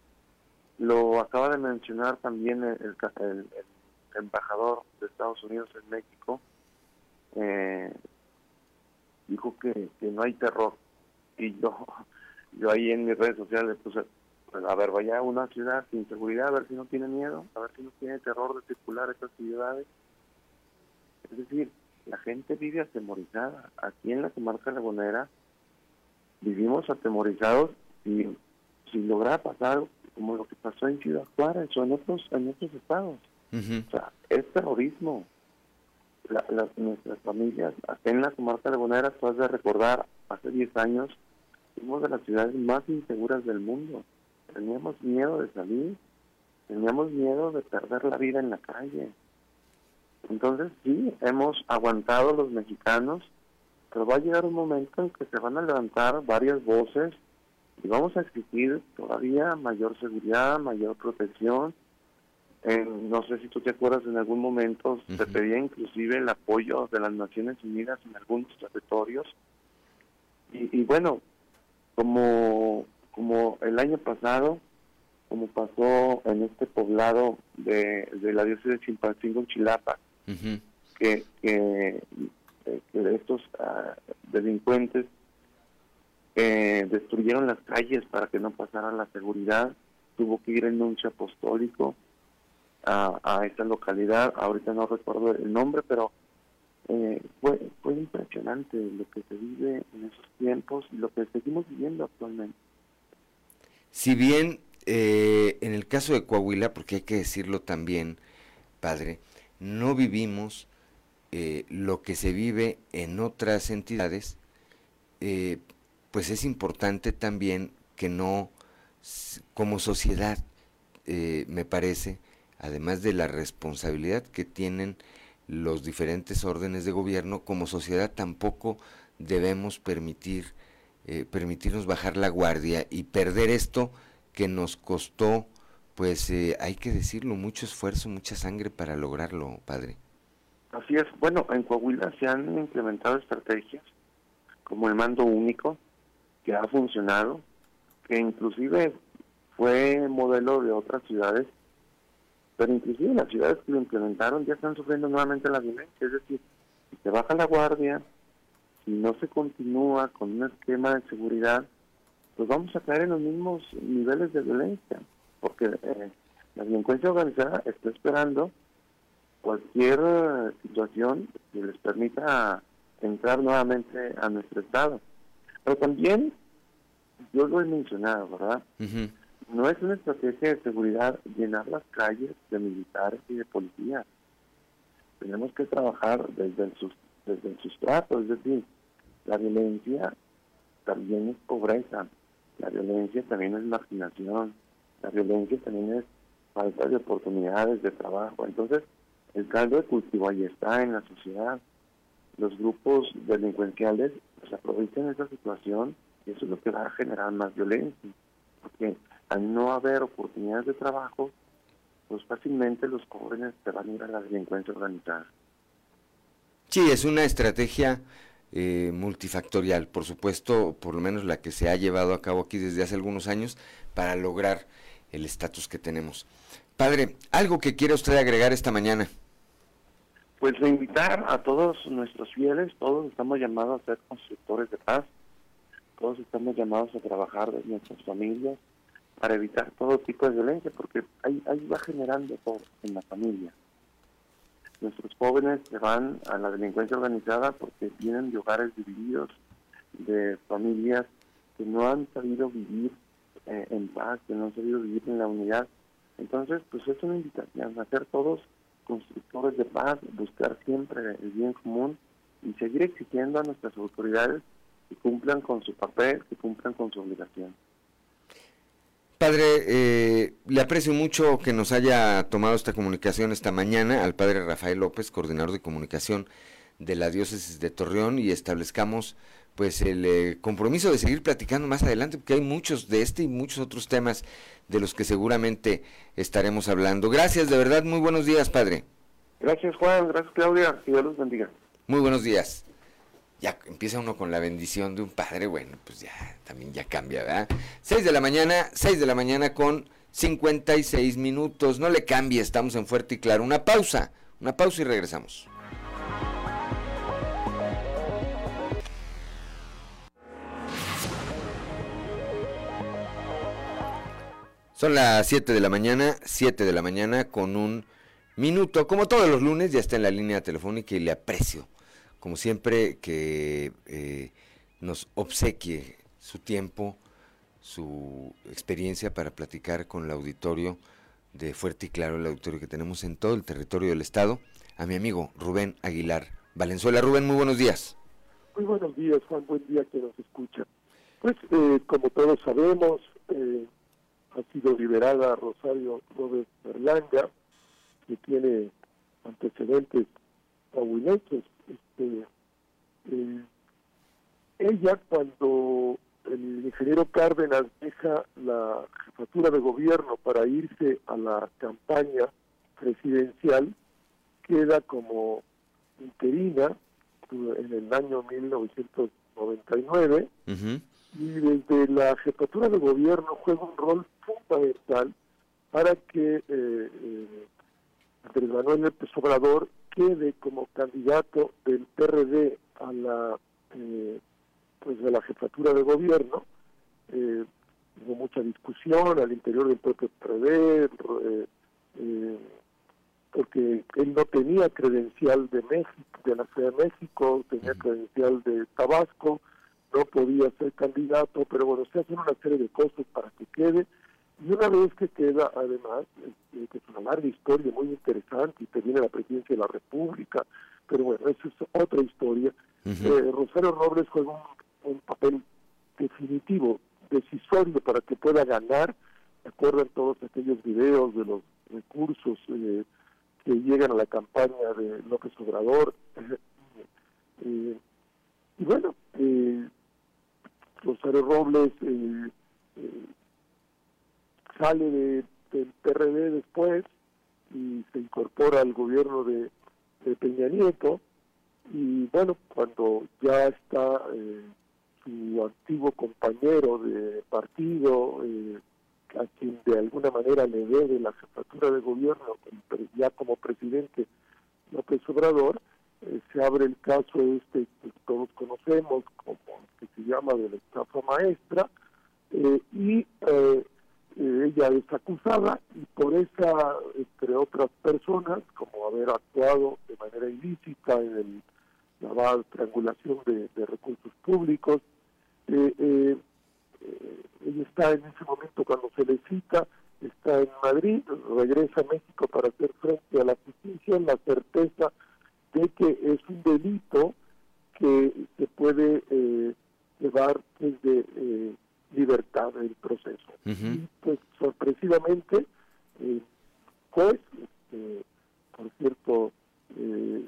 Lo acaba de mencionar también el, el, el, el embajador de Estados Unidos en México. Eh, dijo que, que no hay terror. Y yo, yo ahí en mis redes sociales puse, pues, a ver, vaya a una ciudad sin seguridad, a ver si no tiene miedo, a ver si no tiene terror de circular estas ciudades. Es decir, la gente vive atemorizada. Aquí en la comarca lagunera vivimos atemorizados y si logra pasar como lo que pasó en Ciudad Juárez o en otros, en otros estados. Uh-huh. O sea, es terrorismo. La, la, nuestras familias, acá en la comarca lagunera, tú has de recordar, hace diez años, fuimos de las ciudades más inseguras del mundo. Teníamos miedo de salir, teníamos miedo de perder la vida en la calle. Entonces sí, hemos aguantado los mexicanos, pero va a llegar un momento en que se van a levantar varias voces y vamos a exigir todavía mayor seguridad, mayor protección. Eh, no sé si tú te acuerdas, en algún momento uh-huh. se pedía inclusive el apoyo de las Naciones Unidas en algunos territorios. Y, y bueno, como, como el año pasado, como pasó en este poblado de, de la diócesis de Chilpancingo, en Chilapa, uh-huh. que, que, que estos uh, delincuentes eh, destruyeron las calles para que no pasara la seguridad, tuvo que ir el nuncio apostólico a, a esta localidad, ahorita no recuerdo el nombre, pero eh, fue, fue impresionante lo que se vive en esos tiempos y lo que seguimos viviendo actualmente. Si bien eh, en el caso de Coahuila, porque hay que decirlo también, padre, no vivimos eh, lo que se vive en otras entidades, eh, pues es importante también que no, como sociedad, eh, me parece, además de la responsabilidad que tienen los diferentes órdenes de gobierno, como sociedad tampoco debemos permitir eh, permitirnos bajar la guardia y perder esto que nos costó, pues eh, hay que decirlo, mucho esfuerzo, mucha sangre para lograrlo, padre. Así es. Bueno, en Coahuila se han implementado estrategias como el mando único, que ha funcionado, que inclusive fue modelo de otras ciudades, pero inclusive las ciudades que lo implementaron ya están sufriendo nuevamente la violencia. Es decir, si se baja la guardia, si no se continúa con un esquema de seguridad, pues vamos a caer en los mismos niveles de violencia, porque eh, la delincuencia organizada está esperando cualquier uh, situación que les permita entrar nuevamente a nuestro estado. Pero también, yo lo he mencionado, ¿verdad? Uh-huh. No es una estrategia de seguridad llenar las calles de militares y de policías. Tenemos que trabajar desde el, sus, desde el sustrato, es decir, la violencia también es pobreza, la violencia también es marginación, la violencia también es falta de oportunidades de trabajo. Entonces, el caldo de cultivo ahí está en la sociedad. Los grupos delincuenciales pues, aprovechan esa situación y eso es lo que va a generar más violencia, porque al no haber oportunidades de trabajo, pues fácilmente los jóvenes se van a ir a la delincuencia organizada. Sí, es una estrategia eh, multifactorial, por supuesto, por lo menos la que se ha llevado a cabo aquí desde hace algunos años para lograr el estatus que tenemos. Padre, ¿algo que quiera usted agregar esta mañana? Pues invitar a todos nuestros fieles, todos estamos llamados a ser constructores de paz, todos estamos llamados a trabajar en nuestras familias para evitar todo tipo de violencia, porque ahí, ahí va generando todo en la familia. Nuestros jóvenes se van a la delincuencia organizada porque vienen de hogares divididos, de familias que no han sabido vivir eh, en paz, que no han sabido vivir en la unidad. Entonces, pues es una invitación a ser todos constructores de paz, buscar siempre el bien común y seguir exigiendo a nuestras autoridades que cumplan con su papel, que cumplan con su obligación. Padre, eh, le aprecio mucho que nos haya tomado esta comunicación esta mañana al padre Rafael López, coordinador de comunicación de la diócesis de Torreón, y establezcamos pues el eh, compromiso de seguir platicando más adelante, porque hay muchos de este y muchos otros temas de los que seguramente estaremos hablando. Gracias, de verdad, muy buenos días, padre. Gracias, Juan, gracias, Claudia, que Dios los bendiga. Muy buenos días. Ya empieza uno con la bendición de un padre, bueno, pues ya, también ya cambia, ¿verdad? seis de la mañana, seis de la mañana con cincuenta y seis minutos, no le cambie, estamos en Fuerte y Claro. Una pausa, una pausa y regresamos. Son las siete de la mañana, siete de la mañana con un minuto. Como todos los lunes, ya está en la línea telefónica y le aprecio, como siempre, que eh, nos obsequie su tiempo, su experiencia para platicar con el auditorio de Fuerte y Claro, el auditorio que tenemos en todo el territorio del estado, a mi amigo Rubén Aguilar Valenzuela. Rubén, muy buenos días. Muy buenos días, Juan, buen día que nos escucha. Pues, eh, como todos sabemos, eh, ha sido liberada Rosario Robles Berlanga, que tiene antecedentes fabulosos. Este, eh, ella, cuando el ingeniero Cárdenas deja la jefatura de gobierno para irse a la campaña presidencial, queda como interina en el año mil novecientos noventa y nueve, uh-huh. y desde la jefatura de gobierno juega un rol fundamental para que eh, eh, Andrés Manuel López Obrador quede como candidato del P R D a la eh, pues de la jefatura de gobierno. Eh, hubo mucha discusión al interior del propio P R D, eh, eh, porque él no tenía credencial de México, de la Ciudad de México, tenía credencial de Tabasco, no podía ser candidato, pero bueno, se hacen una serie de cosas para que quede. Y una vez que queda, además, eh, que es una larga historia muy interesante, y te viene la presidencia de la República, pero bueno, eso es otra historia. Uh-huh. eh, Rosario Robles juega un, un papel definitivo, decisorio para que pueda ganar. ¿Se acuerdan todos aquellos videos de los recursos eh, que llegan a la campaña de López Obrador? eh, y bueno, eh, Rosario Robles eh, eh, sale de, del P R D después y se incorpora al gobierno de, de Peña Nieto, y bueno, cuando ya está eh, su antiguo compañero de partido, eh, a quien de alguna manera le debe la jefatura de gobierno, ya como presidente López Obrador, eh, se abre el caso este que todos conocemos, como que se llama de la estafa maestra, eh, y eh, Eh, ella es acusada, y por esa, entre otras personas, como haber actuado de manera ilícita en el, la triangulación de, de recursos públicos, eh, eh, eh, ella está en ese momento, cuando se le cita, está en Madrid, regresa a México para hacer frente a la justicia en la certeza de que es un delito que se puede eh, llevar desde eh, libertad del proceso. Uh-huh. Y pues sorpresivamente, eh, pues, este, por cierto, eh,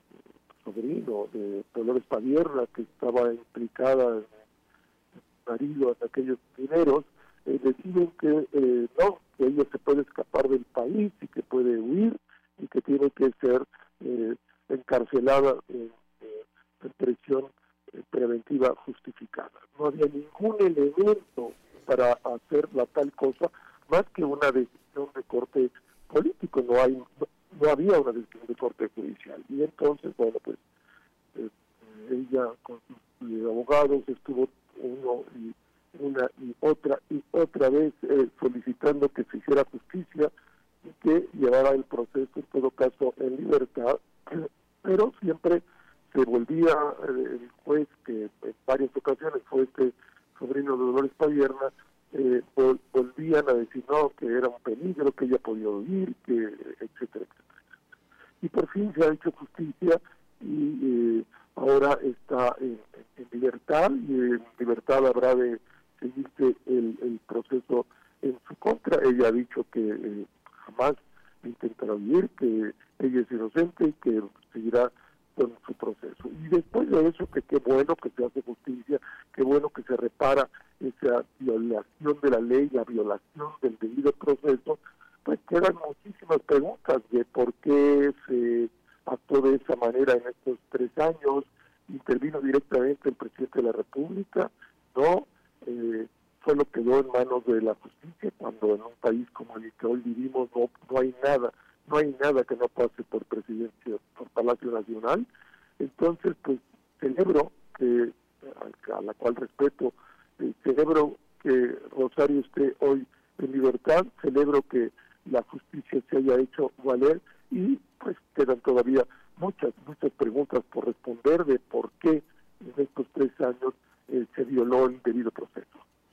sobrino de Dolores Padierna, que estaba implicada en el marido en aquellos dineros, eh, deciden que eh, no, que ella se puede escapar del país y que puede huir y que tiene que ser eh, encarcelada en, en prisión preventiva justificada. No había ningún elemento para hacer la tal cosa más que una decisión de corte político. No hay, no, no había una decisión de corte judicial. Y entonces, bueno, pues eh, ella con sus eh, abogados estuvo uno y una y otra y otra vez eh, solicitando que se hiciera justicia y que llevara el proceso, en todo caso, en libertad, pero siempre se volvía eh, el juez, que en varias ocasiones fue este sobrino de Dolores Padierna, eh, vol volvían a decir no, que era un peligro, que ella podía huir, que etcétera, etcétera. Y por fin se ha hecho justicia y eh, ahora está en, en libertad, y en libertad habrá de seguirse el, el proceso en su contra. Ella ha dicho que eh, jamás intentará huir, que ella es inocente y que seguirá con su proceso. Y después de eso, que qué bueno que se hace justicia, qué bueno que se repara esa violación de la ley, la violación del debido proceso, pues quedan muchísimas preguntas de por qué se actuó de esa manera en estos tres años, intervino directamente el presidente de la República, ¿no? Eh, solo quedó en manos de la justicia, cuando en un país como el que hoy vivimos no, no hay nada, no hay nada que no pase por presidencia, por Palacio Nacional. Entonces, pues celebro que, a la cual respeto, eh, celebro que Rosario esté hoy en libertad, celebro que la justicia se haya hecho valer y pues quedan todavía muchas, muchas preguntas por responder de por qué en estos tres años eh, se violó el debido proceso.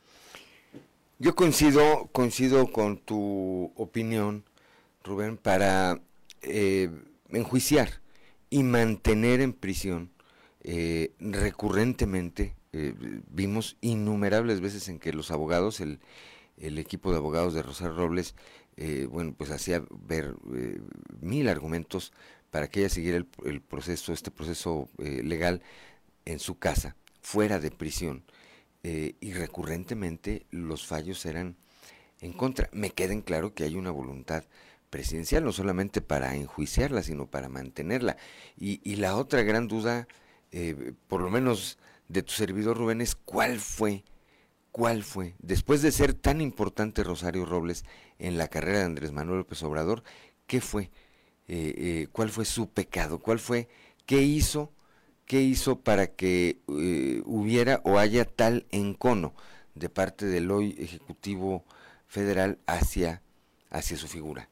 Yo coincido, coincido con tu opinión, Rubén, para eh, enjuiciar y mantener en prisión eh, recurrentemente, eh, vimos innumerables veces en que los abogados, el, el equipo de abogados de Rosario Robles, eh, bueno, pues hacía ver eh, mil argumentos para que ella siguiera el, el proceso, este proceso eh, legal en su casa, fuera de prisión. Eh, y recurrentemente los fallos eran en contra. Me queda en claro que hay una voluntad presidencial, no solamente para enjuiciarla, sino para mantenerla. Y, y la otra gran duda, eh, por lo menos de tu servidor, Rubén, es cuál fue, cuál fue, después de ser tan importante Rosario Robles en la carrera de Andrés Manuel López Obrador, ¿qué fue? Eh, eh, ¿Cuál fue su pecado? ¿Cuál fue? ¿Qué hizo? ¿Qué hizo para que eh, hubiera o haya tal encono de parte del hoy Ejecutivo Federal hacia, hacia su figura?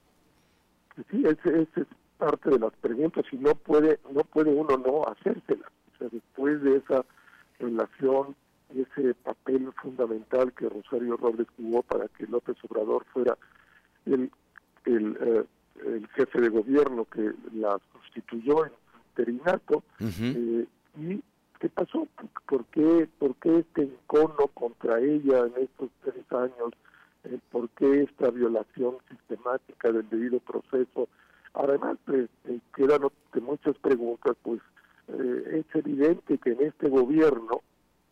Sí, esa es parte de las preguntas y no puede no puede uno no hacérselas. O sea, después de esa relación, ese papel fundamental que Rosario Robles jugó para que López Obrador fuera el, el, eh, el jefe de gobierno que la constituyó en interinato, uh-huh. eh, y ¿qué pasó? ¿Por qué, por qué este encono contra ella en estos tres años? Eh, ¿Por qué esta violación sistemática del debido proceso? Además, pues, eh, quedan de muchas preguntas, pues eh, es evidente que en este gobierno,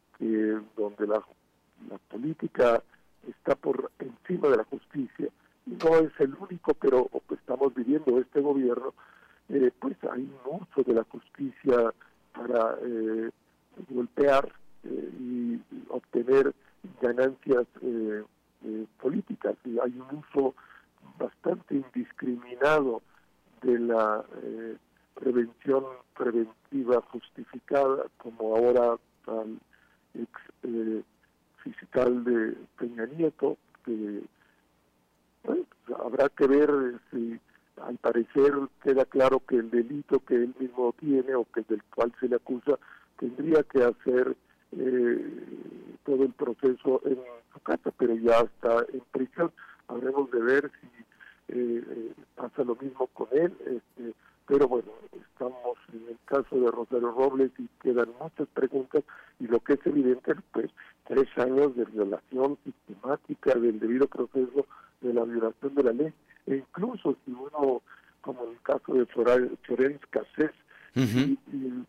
que donde la, la política está por encima de la justicia, no es el único, pero pues, estamos viviendo este gobierno, Eh, pues hay un uso de la justicia para eh, golpear eh, y obtener ganancias eh, eh, políticas, y hay un uso bastante indiscriminado de la eh, prevención preventiva justificada, como ahora al ex eh, fiscal de Peña Nieto, que bueno, habrá que ver si al parecer queda claro que el delito que él mismo tiene o que del cual se le acusa tendría que hacer eh, todo el proceso en su casa, pero ya está en prisión. Habremos de ver si eh, eh, pasa lo mismo con él, este, pero bueno, estamos en el caso de Rosario Robles y quedan muchas preguntas, y lo que es evidente, pues tres años de violación sistemática del debido proceso, de la violación de la ley. E incluso si uno, como en el caso de Llorens Cassés, uh-huh. si, si,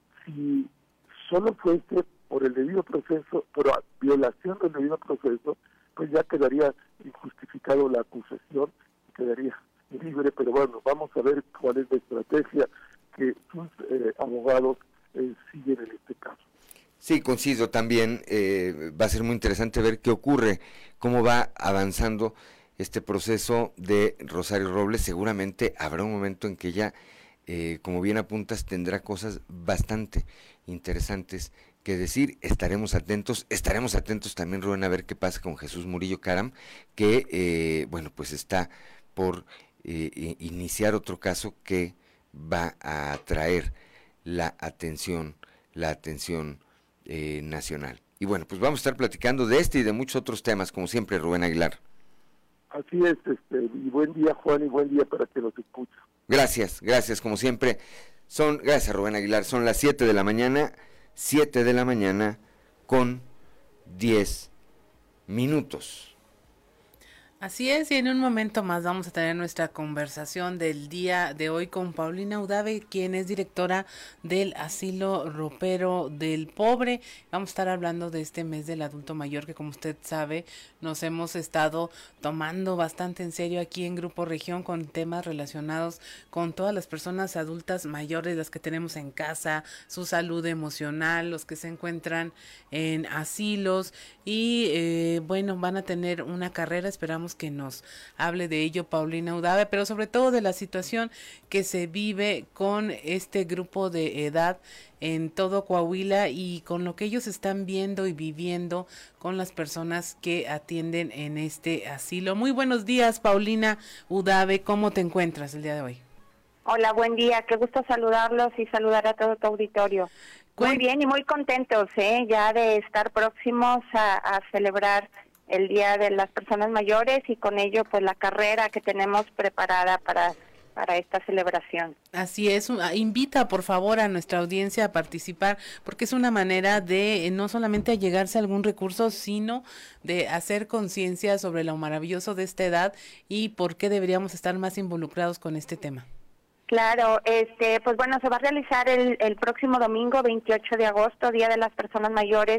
si solo fuese por el debido proceso, por violación del debido proceso, pues ya quedaría injustificado la acusación, quedaría libre, pero bueno, vamos a ver cuál es la estrategia que sus eh, abogados eh, siguen en este caso. Sí, coincido también, eh, va a ser muy interesante ver qué ocurre, cómo va avanzando este proceso de Rosario Robles. Seguramente habrá un momento en que ella, eh, como bien apuntas, tendrá cosas bastante interesantes que decir. Estaremos atentos, estaremos atentos también, Rubén, a ver qué pasa con Jesús Murillo Caram, que, eh, bueno, pues está por eh, iniciar otro caso que va a atraer la atención, la atención eh, nacional. Y bueno, pues vamos a estar platicando de este y de muchos otros temas, como siempre, Rubén Aguilar. Así es, este, y buen día, Juan, y buen día para que nos escuche. Gracias, gracias, como siempre. Son, gracias, Rubén Aguilar, son las siete de la mañana, siete de la mañana con diez minutos. Así es, y en un momento más vamos a tener nuestra conversación del día de hoy con Paulina Udave, quien es directora del Asilo Ropero del Pobre. Vamos a estar hablando de este mes del adulto mayor que, como usted sabe, nos hemos estado tomando bastante en serio aquí en Grupo Región con temas relacionados con todas las personas adultas mayores, las que tenemos en casa, su salud emocional, los que se encuentran en asilos y eh, bueno, van a tener una carrera, esperamos que nos hable de ello Paulina Udave, pero sobre todo de la situación que se vive con este grupo de edad en todo Coahuila y con lo que ellos están viendo y viviendo con las personas que atienden en este asilo. Muy buenos días, Paulina Udave, ¿cómo te encuentras el día de hoy? Hola, buen día, qué gusto saludarlos y saludar a todo tu auditorio. Muy bien y muy contentos, ¿eh? Ya de estar próximos a, a celebrar el Día de las Personas Mayores y con ello pues la carrera que tenemos preparada para, para esta celebración. Así es, invita por favor a nuestra audiencia a participar porque es una manera de no solamente allegarse a algún recurso, sino de hacer conciencia sobre lo maravilloso de esta edad y por qué deberíamos estar más involucrados con este tema. Claro, este, pues bueno, se va a realizar el, el próximo domingo, veintiocho de agosto, Día de las Personas Mayores,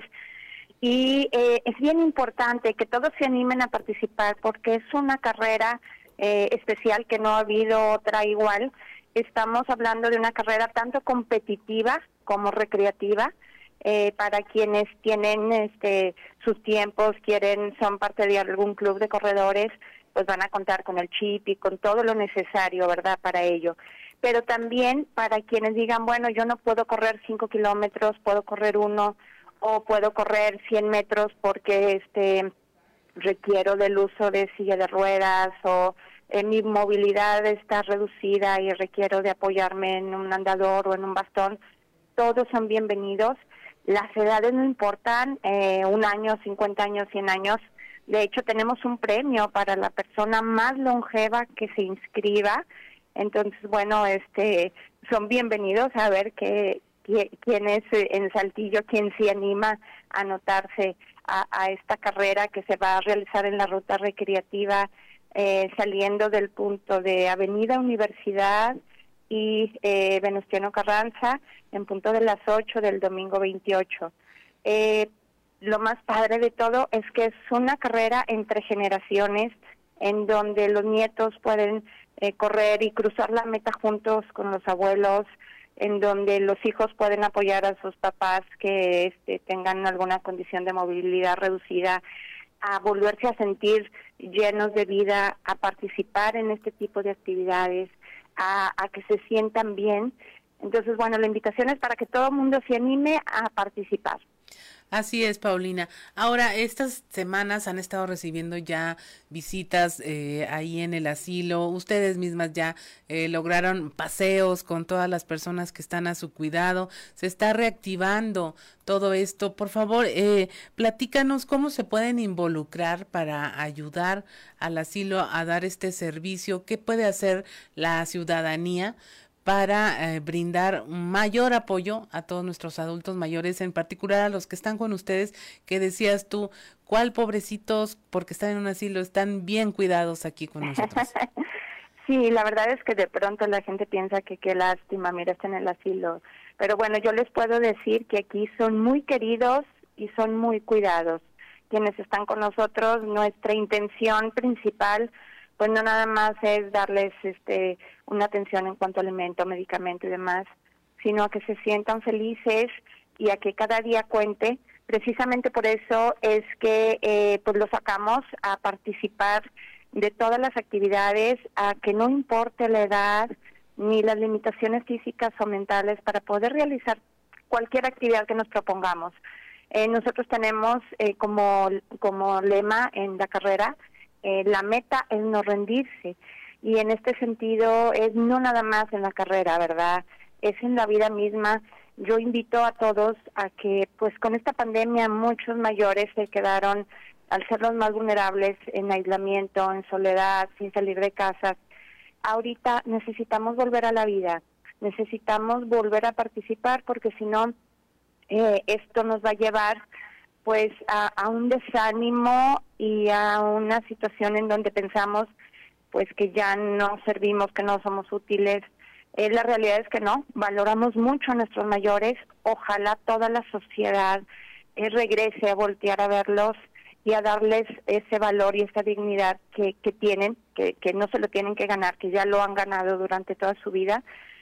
y eh, es bien importante que todos se animen a participar porque es una carrera eh, especial que no ha habido otra igual. Estamos hablando de una carrera tanto competitiva como recreativa, eh, para quienes tienen este sus tiempos, quieren, son parte de algún club de corredores, pues van a contar con el chip y con todo lo necesario, ¿verdad?, para ello. Pero también para quienes digan, bueno, yo no puedo correr cinco kilómetros, puedo correr uno, o puedo correr cien metros porque este requiero del uso de silla de ruedas, o eh, mi movilidad está reducida y requiero de apoyarme en un andador o en un bastón. Todos son bienvenidos. Las edades no importan, eh, un año, cincuenta años, cien años. De hecho, tenemos un premio para la persona más longeva que se inscriba. Entonces, bueno, este, son bienvenidos a ver qué, qué, quién es en Saltillo, quién se anima a anotarse a, a esta carrera que se va a realizar en la ruta recreativa, eh, saliendo del punto de Avenida Universidad y eh, Venustiano Carranza, en punto de las ocho del domingo veintiocho. Eh, Lo más padre de todo es que es una carrera entre generaciones en donde los nietos pueden eh, correr y cruzar la meta juntos con los abuelos, en donde los hijos pueden apoyar a sus papás que este, tengan alguna condición de movilidad reducida, a volverse a sentir llenos de vida, a participar en este tipo de actividades, a, a que se sientan bien. Entonces, bueno, la invitación es para que todo el mundo se anime a participar. Así es, Paulina. Ahora, estas semanas han estado recibiendo ya visitas eh, ahí en el asilo. Ustedes mismas ya eh, lograron paseos con todas las personas que están a su cuidado. Se está reactivando todo esto. Por favor, eh, platícanos cómo se pueden involucrar para ayudar al asilo a dar este servicio. ¿Qué puede hacer la ciudadanía para eh, brindar mayor apoyo a todos nuestros adultos mayores, en particular a los que están con ustedes, que decías tú, ¿cuál pobrecitos? Porque están en un asilo, están bien cuidados aquí con nosotros. Sí, la verdad es que de pronto la gente piensa que qué lástima, mira, está en el asilo. Pero bueno, yo les puedo decir que aquí son muy queridos y son muy cuidados. Quienes están con nosotros, nuestra intención principal, pues no nada más es darles este una atención en cuanto a alimento, medicamento y demás, sino a que se sientan felices y a que cada día cuente. Precisamente por eso es que eh, pues los sacamos a participar de todas las actividades, a que no importe la edad ni las limitaciones físicas o mentales para poder realizar cualquier actividad que nos propongamos. Eh, nosotros tenemos eh, como, como lema en la carrera, Eh, la meta es no rendirse, y en este sentido es no nada más en la carrera, ¿verdad? Es en la vida misma. Yo invito a todos a que, pues con esta pandemia, muchos mayores se quedaron, al ser los más vulnerables, en aislamiento, en soledad, sin salir de casa. Ahorita necesitamos volver a la vida, necesitamos volver a participar, porque si no, eh, esto nos va a llevar pues a, a un desánimo y a una situación en donde pensamos pues que ya no servimos, que no somos útiles. Eh, la realidad es que no, valoramos mucho a nuestros mayores, ojalá toda la sociedad eh, regrese a voltear a verlos y a darles ese valor y esa dignidad que, que tienen, que, que no se lo tienen que ganar, que ya lo han ganado durante toda su vida.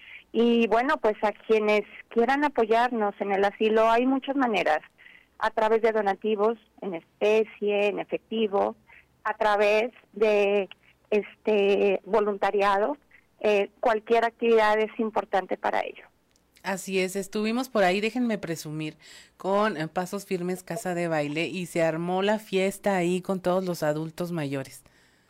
Y bueno, pues a quienes quieran apoyarnos en el asilo hay muchas maneras, a través de donativos en especie, en efectivo, a través de este voluntariado, eh, cualquier actividad es importante para ello. Así es, estuvimos por ahí, déjenme presumir, con eh, Pasos Firmes Casa de Baile y se armó la fiesta ahí con todos los adultos mayores.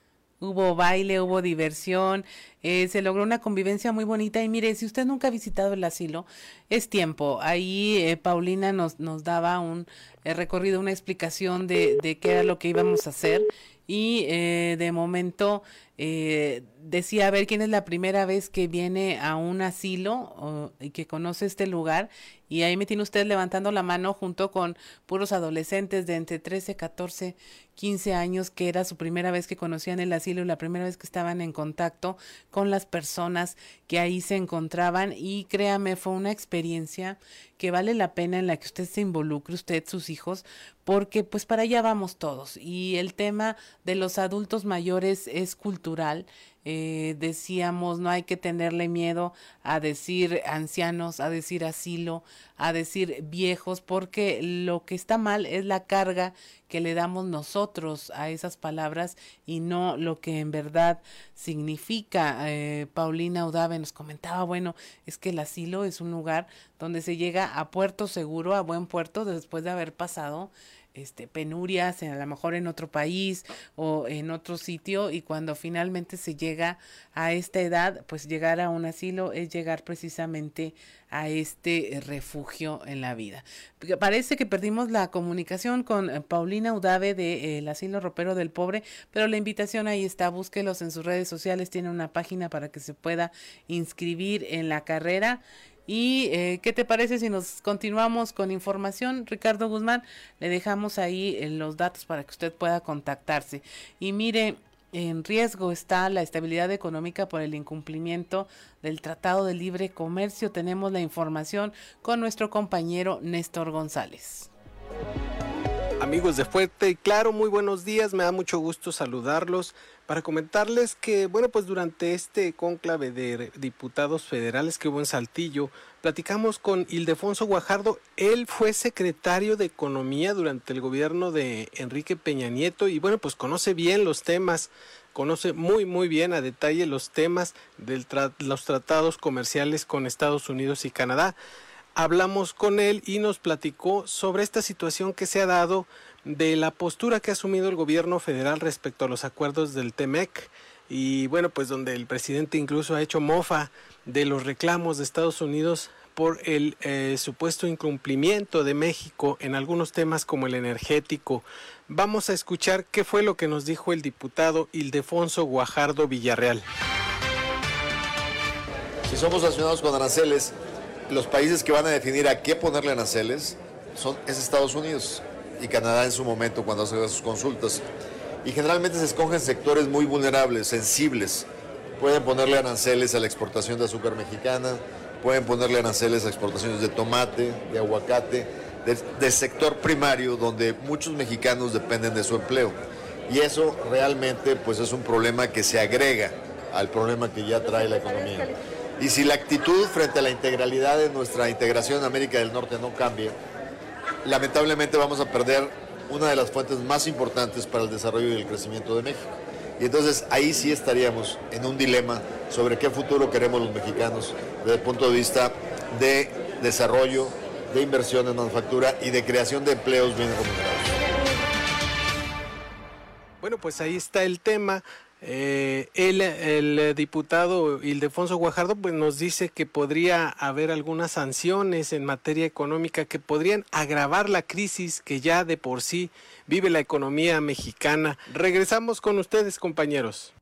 Hubo baile, hubo diversión, eh, se logró una convivencia muy bonita y mire, si usted nunca ha visitado el asilo, es tiempo. Ahí eh, Paulina nos, nos daba un eh, recorrido, una explicación de, de qué era lo que íbamos a hacer y eh, de momento eh, decía, a ver, ¿quién es la primera vez que viene a un asilo o, y que conoce este lugar? Y ahí me tiene usted levantando la mano junto con puros adolescentes de entre trece, catorce, quince años, que era su primera vez que conocían el asilo y la primera vez que estaban en contacto con las personas que ahí se encontraban. Y créame, fue una experiencia que vale la pena en la que usted se involucre, usted, sus hijos, porque pues para allá vamos todos. Y el tema de los adultos mayores es cultural. Eh, decíamos, no hay que tenerle miedo a decir ancianos, a decir asilo, a decir viejos, porque lo que está mal es la carga que le damos nosotros a esas palabras y no lo que en verdad significa. Eh, Paulina Udave nos comentaba, bueno, es que el asilo es un lugar donde se llega a puerto seguro, a buen puerto, después de haber pasado este penurias, a lo mejor en otro país o en otro sitio, y cuando finalmente se llega a esta edad, pues llegar a un asilo es llegar precisamente a este refugio en la vida. Parece que perdimos la comunicación con Paulina Udave de el Asilo Ropero del Pobre, pero la invitación ahí está, búsquelos en sus redes sociales, tiene una página para que se pueda inscribir en la carrera. Y eh, ¿qué te parece si nos continuamos con información? Ricardo Guzmán, le dejamos ahí eh, los datos para que usted pueda contactarse. Y mire, en riesgo está la estabilidad económica por el incumplimiento del Tratado de Libre Comercio. Tenemos la información con nuestro compañero Néstor González. Amigos de Fuerte y Claro, muy buenos días, me da mucho gusto saludarlos para comentarles que, bueno, pues durante este cónclave de diputados federales que hubo en Saltillo, platicamos con Ildefonso Guajardo. Él fue secretario de Economía durante el gobierno de Enrique Peña Nieto y, bueno, pues conoce bien los temas, conoce muy, muy bien a detalle los temas de tra- los tratados comerciales con Estados Unidos y Canadá. Hablamos con él y nos platicó sobre esta situación que se ha dado de la postura que ha asumido el gobierno federal respecto a los acuerdos del T M E C y bueno, pues donde el presidente incluso ha hecho mofa de los reclamos de Estados Unidos por el eh, supuesto incumplimiento de México en algunos temas como el energético. Vamos a escuchar qué fue lo que nos dijo el diputado Ildefonso Guajardo Villarreal. Si somos sancionados con aranceles, los países que van a definir a qué ponerle aranceles son, es Estados Unidos y Canadá en su momento cuando hace sus consultas. Y generalmente se escogen sectores muy vulnerables, sensibles. Pueden ponerle aranceles a la exportación de azúcar mexicana, pueden ponerle aranceles a exportaciones de tomate, de aguacate, del, del sector primario donde muchos mexicanos dependen de su empleo. Y eso realmente pues es un problema que se agrega al problema que ya trae la economía. Y si la actitud frente a la integralidad de nuestra integración en América del Norte no cambia, lamentablemente vamos a perder una de las fuentes más importantes para el desarrollo y el crecimiento de México. Y entonces ahí sí estaríamos en un dilema sobre qué futuro queremos los mexicanos desde el punto de vista de desarrollo, de inversión en manufactura y de creación de empleos bien remunerados. Bueno, pues ahí está el tema. Eh, el, el diputado Ildefonso Guajardo pues nos dice que podría haber algunas sanciones en materia económica que podrían agravar la crisis que ya de por sí vive la economía mexicana. Regresamos con ustedes, compañeros.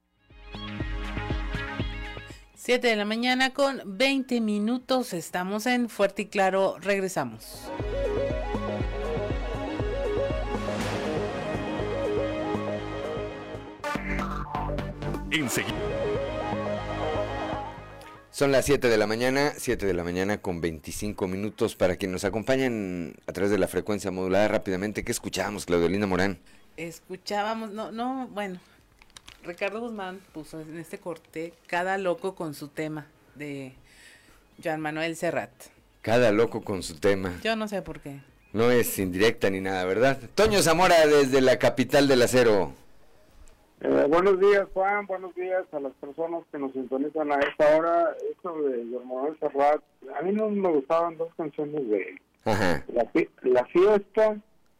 siete de la mañana con veinte minutos, estamos en Fuerte y Claro, regresamos. Enseguida. Son las siete de la mañana, siete de la mañana con veinticinco minutos. Para quienes nos acompañan a través de la frecuencia modulada, rápidamente, ¿qué escuchábamos, Claudelina Morán? Escuchábamos, no, no, bueno, Ricardo Guzmán puso en este corte Cada loco con su tema, de Joan Manuel Serrat. Cada loco con su tema. Yo no sé por qué. No es indirecta ni nada, ¿verdad? Toño Zamora, desde la capital del acero. Eh, buenos días, Juan, buenos días a las personas que nos sintonizan a esta hora. Esto de Joan Manuel Serrat, a mí no me gustaban dos canciones de él. Ajá. La, la Fiesta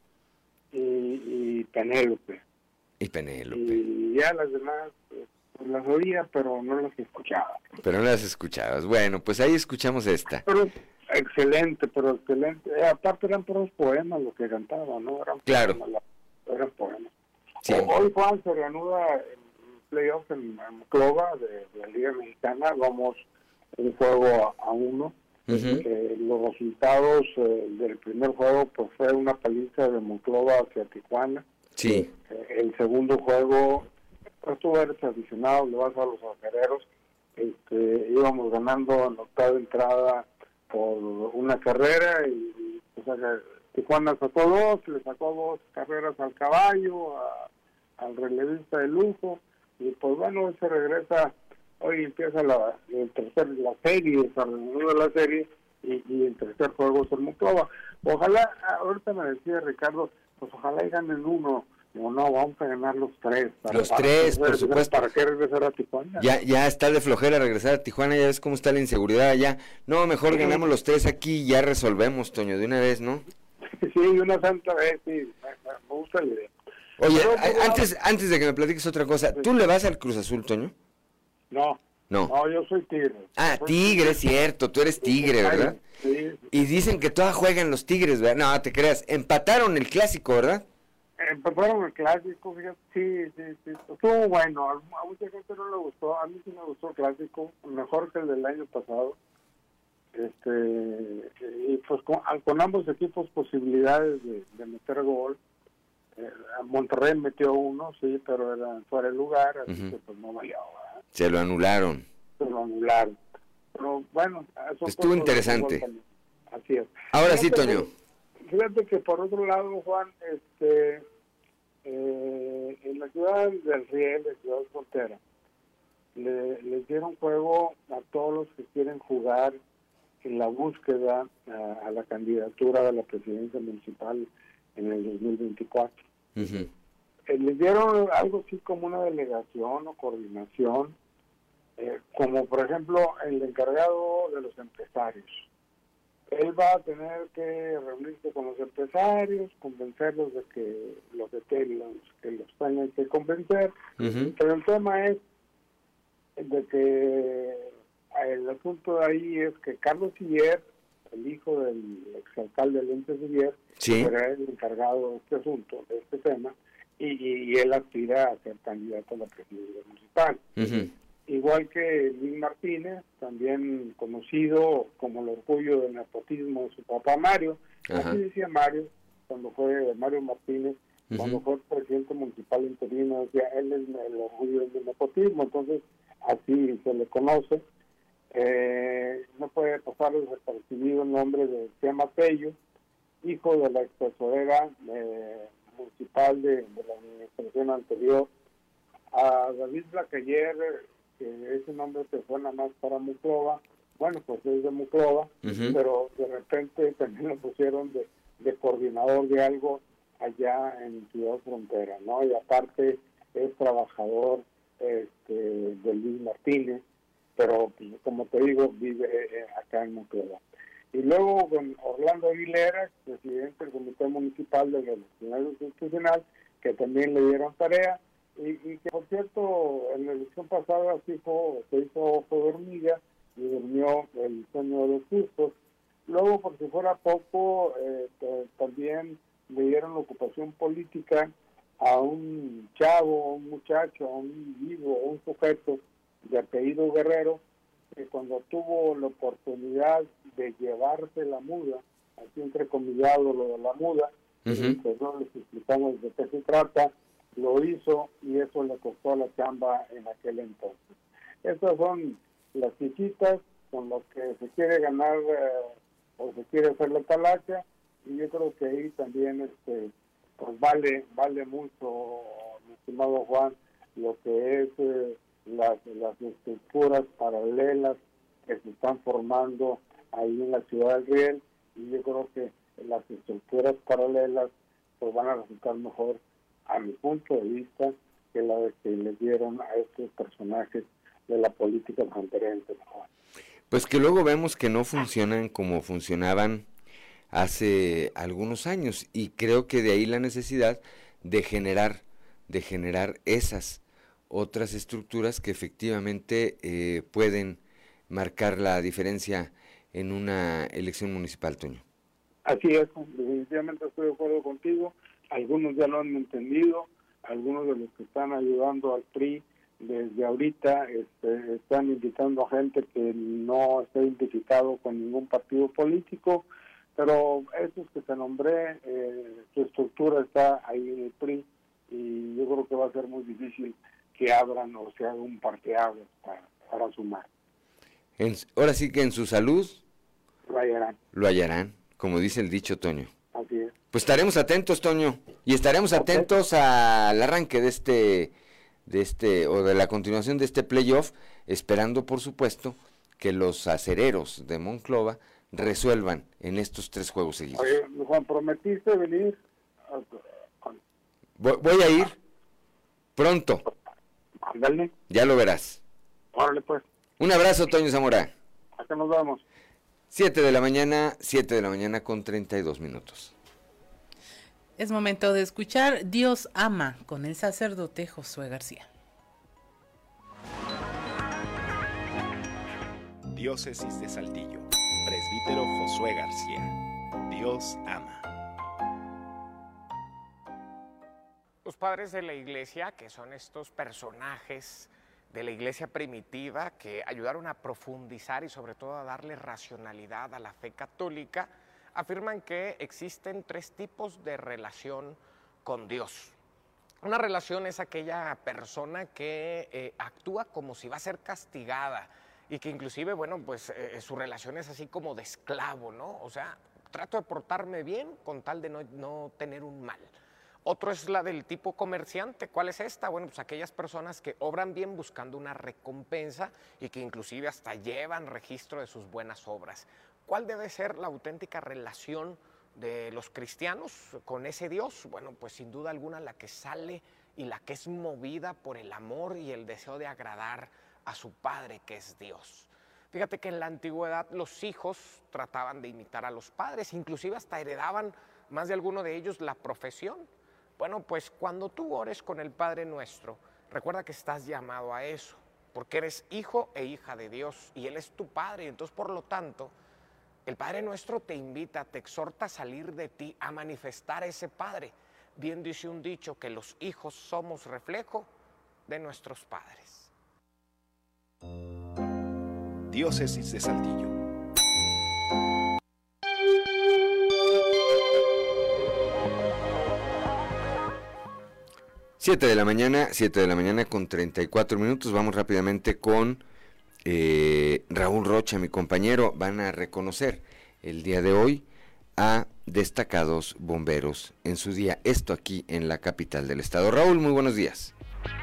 y, y Penélope. Y Penélope. Y ya las demás, pues las oía, pero no las escuchaba. Pero no las escuchabas. Bueno, pues ahí escuchamos esta. Pero excelente, pero excelente. Eh, aparte eran puros poemas lo que cantaba, ¿no? Eran claro. Poemas, eran poemas. Sí. Hoy, Juan, se reanuda el playoff en, en Monclova de, de la Liga Mexicana. Vamos un juego a, a uno. Uh-huh. eh, los resultados eh, del primer juego pues fue una paliza de Monclova hacia Tijuana. Sí. Eh, el segundo juego, pues tú eres aficionado, le vas a los aguereros. Este, íbamos ganando en octava entrada por una carrera y o sea, Tijuana sacó dos, le sacó dos carreras al caballo, a, al relevista de lujo, y pues bueno, se regresa, hoy empieza la, el tercer, la serie, se reanuda la serie, y, y el tercer juego es el Monclova. Ojalá, ahorita me decía Ricardo, pues ojalá y ganen uno, no, no, vamos a ganar los tres. Para, los tres, para, por supuesto. ¿Para qué regresar a Tijuana? Ya, ya está de flojera regresar a Tijuana, ya ves cómo está la inseguridad allá. No, mejor sí. Ganamos los tres aquí y ya resolvemos, Toño, de una vez, ¿no? Sí, una santa vez, sí, me, me gusta la idea. Oye, pero, antes antes de que me platiques otra cosa, ¿tú le vas al Cruz Azul, Toño? No, no, no yo soy Tigre. Ah, Tigre, cierto, tú eres Tigre, ¿verdad? Sí. Y dicen que todas juegan los Tigres, ¿verdad? No, te creas, empataron el clásico, ¿verdad? Empataron el clásico, fíjate, sí, sí, sí, estuvo bueno, a mucha gente no le gustó, a mí sí me gustó el clásico, mejor que el del año pasado. Este y pues con, con ambos equipos posibilidades de, de meter gol. eh, Monterrey metió uno, sí, pero era fuera de lugar, así uh-huh. que pues no valió, ¿verdad? Se lo anularon. Se lo anularon. Pero bueno, eso estuvo interesante. Así es. Ahora fíjate sí, Toño. Que, fíjate que por otro lado, Juan, este eh, en la ciudad del Riel, la ciudad frontera, le, les dieron juego a todos los que quieren jugar en la búsqueda a, a la candidatura de la presidencia municipal en el dos mil veinticuatro. Uh-huh. Eh, les dieron algo así como una delegación o coordinación, eh, como por ejemplo el encargado de los empresarios. Él va a tener que reunirse con los empresarios, convencerlos de que los de que los, que los tengan que convencer, uh-huh. pero el tema es de que el asunto de ahí es que Carlos Siller, el hijo del exalcalde Leoncio Siller, sí. era el encargado de este asunto, de este tema, y, y, y él aspira a ser candidato a la presidencia municipal. Uh-huh. Igual que Luis Martínez, también conocido como el orgullo del nepotismo de su papá Mario. Ajá. Así decía Mario, cuando fue Mario Martínez, uh-huh. cuando fue presidente municipal interino, decía, él es el orgullo del nepotismo, entonces así se le conoce. Eh, no puede pasar desapercibido el nombre de Chema Tello, hijo de la ex tesorera eh, municipal de, de la administración anterior, a David Blacayer, que ese nombre que suena más para Monclova, bueno, pues es de Monclova, uh-huh. pero de repente también lo pusieron de, de coordinador de algo allá en Ciudad Frontera, ¿no? Y aparte es trabajador este, de Luis Martínez, pero pues, como te digo, vive eh, acá en Monclova. Y luego con Orlando Aguilera, presidente del Comité Municipal de la Elección Institucional, que también le dieron tarea, y, y que por cierto, en la elección pasada se hizo, se hizo ojo de hormiga y durmió el sueño de los justos. Luego, por si fuera poco, eh, que, también le dieron ocupación política a un chavo, a un muchacho, a un individuo, a un sujeto de apellido Guerrero, que cuando tuvo la oportunidad de llevarse la muda, así entrecomillado lo de la muda, uh-huh. pues no les explicamos de qué se trata, lo hizo y eso le costó la chamba en aquel entonces. Estas son las fichitas con las que se quiere ganar eh, o se quiere hacer la talacha, y yo creo que ahí también este pues vale vale mucho, mi estimado Juan, lo que es eh, las, las estructuras paralelas que se están formando ahí en la ciudad del Riel, y yo creo que las estructuras paralelas pues van a resultar mejor, a mi punto de vista, que la de que le dieron a estos personajes de la política fronteriza. Pues que luego vemos que no funcionan como funcionaban hace algunos años, y creo que de ahí la necesidad de generar, de generar esas otras estructuras que efectivamente eh, pueden marcar la diferencia en una elección municipal, Toño. Así es, definitivamente estoy de acuerdo contigo. Algunos ya lo han entendido, algunos de los que están ayudando al P R I desde ahorita este, están invitando a gente que no está identificado con ningún partido político, pero esos que te nombré, eh, su estructura está ahí en el P R I, y yo creo que va a ser muy difícil que abran o se haga un parteaguas para, para sumar. En, ahora sí que en su salud lo hallarán. Lo hallarán, como dice el dicho, Toño. Así es. Pues estaremos atentos, Toño, y estaremos okay. atentos al arranque de este, de este, o de la continuación de este playoff, esperando, por supuesto, que los acereros de Monclova resuelvan en estos tres juegos seguidos. Oye, Juan, ¿prometiste venir? Voy, voy a ir pronto. Ándale. Ya lo verás. Órale, pues. Un abrazo, Toño Zamora. Acá nos vamos. Siete de la mañana, siete de la mañana con treinta y dos minutos. Es momento de escuchar Dios ama con el sacerdote Josué García. Diócesis de Saltillo, presbítero Josué García. Dios ama. Los padres de la iglesia, que son estos personajes de la iglesia primitiva que ayudaron a profundizar y sobre todo a darle racionalidad a la fe católica, afirman que existen tres tipos de relación con Dios. Una relación es aquella persona que eh, actúa como si va a ser castigada y que inclusive, bueno, pues eh, su relación es así como de esclavo, ¿no? O sea, trato de portarme bien con tal de no, no tener un mal. Otro es la del tipo comerciante. ¿Cuál es esta? Bueno, pues aquellas personas que obran bien buscando una recompensa y que inclusive hasta llevan registro de sus buenas obras. ¿Cuál debe ser la auténtica relación de los cristianos con ese Dios? Bueno, pues sin duda alguna la que sale y la que es movida por el amor y el deseo de agradar a su Padre, que es Dios. Fíjate que en la antigüedad los hijos trataban de imitar a los padres, inclusive hasta heredaban más de alguno de ellos la profesión. Bueno, pues cuando tú ores con el Padre Nuestro, recuerda que estás llamado a eso, porque eres hijo e hija de Dios y Él es tu Padre. Entonces, por lo tanto, el Padre Nuestro te invita, te exhorta a salir de ti, a manifestar a ese Padre. Bien dice un dicho que los hijos somos reflejo de nuestros padres. Diócesis de Saltillo. Siete de la mañana, siete de la mañana con treinta y cuatro minutos. Vamos rápidamente con eh, Raúl Rocha, mi compañero. Van a reconocer el día de hoy a destacados bomberos en su día. Esto aquí en la capital del estado. Raúl, muy buenos días.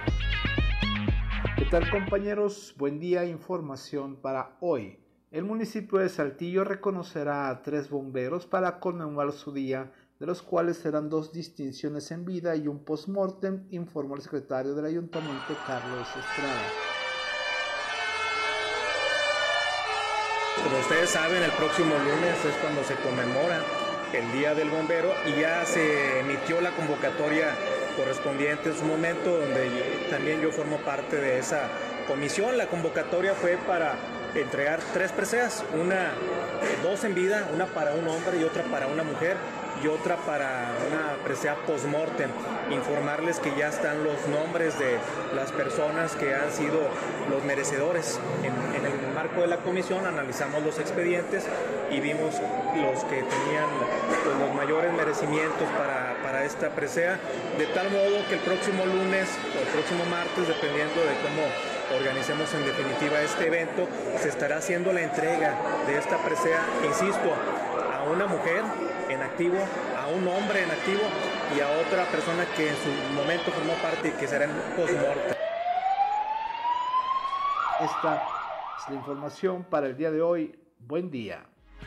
¿Qué tal, compañeros? Buen día, información para hoy. El municipio de Saltillo reconocerá a tres bomberos para conmemorar su día, de los cuales serán dos distinciones en vida y un post-mortem, informó el secretario del ayuntamiento, Carlos Estrada. Como ustedes saben, el próximo lunes es cuando se conmemora el Día del Bombero y ya se emitió la convocatoria correspondiente en su momento, donde también yo formo parte de esa comisión. La convocatoria fue para entregar tres preseas, una, dos en vida, una para un hombre y otra para una mujer, y otra para una presea post-mortem. Informarles que ya están los nombres de las personas que han sido los merecedores en, en el marco marco de la comisión analizamos los expedientes y vimos los que tenían pues, los mayores merecimientos para, para esta presea, de tal modo que el próximo lunes o el próximo martes, dependiendo de cómo organicemos en definitiva este evento, se estará haciendo la entrega de esta presea, insisto, a una mujer en activo, a un hombre en activo y a otra persona que en su momento formó parte y que será en post-mortem. Esta es la información para el día de hoy. Buen día.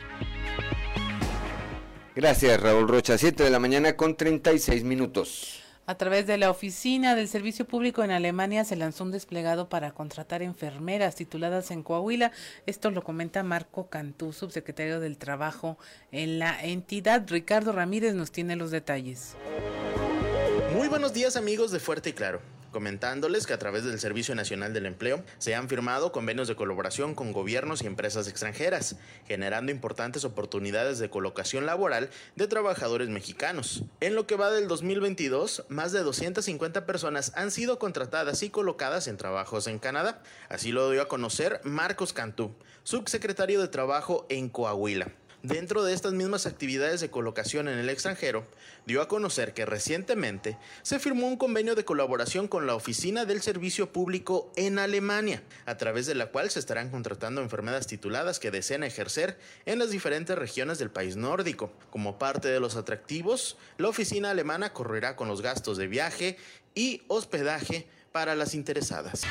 Gracias, Raúl Rocha. siete de la mañana con treinta y seis minutos. A través de la Oficina del Servicio Público en Alemania se lanzó un desplegado para contratar enfermeras tituladas en Coahuila. Esto lo comenta Marco Cantú, subsecretario del Trabajo en la entidad. Ricardo Ramírez nos tiene los detalles. Muy buenos días, amigos de Fuerte y Claro. Comentándoles que a través del Servicio Nacional del Empleo se han firmado convenios de colaboración con gobiernos y empresas extranjeras, generando importantes oportunidades de colocación laboral de trabajadores mexicanos. En lo que va del dos mil veintidós, más de doscientas cincuenta personas han sido contratadas y colocadas en trabajos en Canadá. Así lo dio a conocer Marcos Cantú, subsecretario de Trabajo en Coahuila. Dentro de estas mismas actividades de colocación en el extranjero, dio a conocer que recientemente se firmó un convenio de colaboración con la Oficina del Servicio Público en Alemania, a través de la cual se estarán contratando enfermeras tituladas que deseen ejercer en las diferentes regiones del país nórdico. Como parte de los atractivos, la oficina alemana correrá con los gastos de viaje y hospedaje para las interesadas.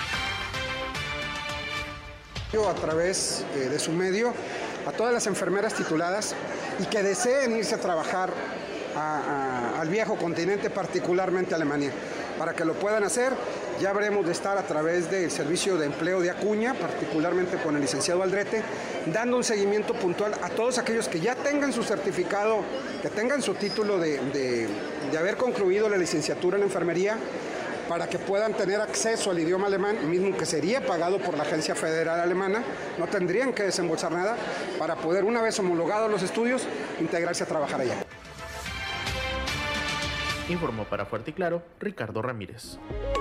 A través eh, de su medio, a todas las enfermeras tituladas y que deseen irse a trabajar a, a, al viejo continente, particularmente a Alemania. Para que lo puedan hacer, ya habremos de estar a través del Servicio de Empleo de Acuña, particularmente con el licenciado Aldrete, dando un seguimiento puntual a todos aquellos que ya tengan su certificado, que tengan su título de, de, de haber concluido la licenciatura en enfermería, para que puedan tener acceso al idioma alemán, mismo que sería pagado por la Agencia Federal Alemana, no tendrían que desembolsar nada, para poder, una vez homologados los estudios, integrarse a trabajar allá. Informó para Fuerte y Claro, Ricardo Ramírez.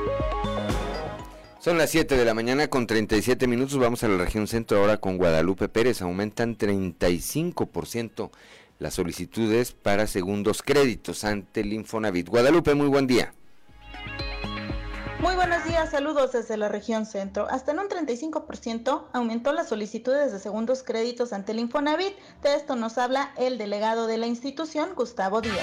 Son las siete de la mañana con treinta y siete minutos, vamos a la región centro ahora con Guadalupe Pérez. Aumentan treinta y cinco por ciento las solicitudes para segundos créditos ante el Infonavit. Guadalupe, muy buen día. Muy buenos días, saludos desde la región centro. Hasta en un treinta y cinco por ciento aumentó las solicitudes de segundos créditos ante el Infonavit. De esto nos habla el delegado de la institución, Gustavo Díaz.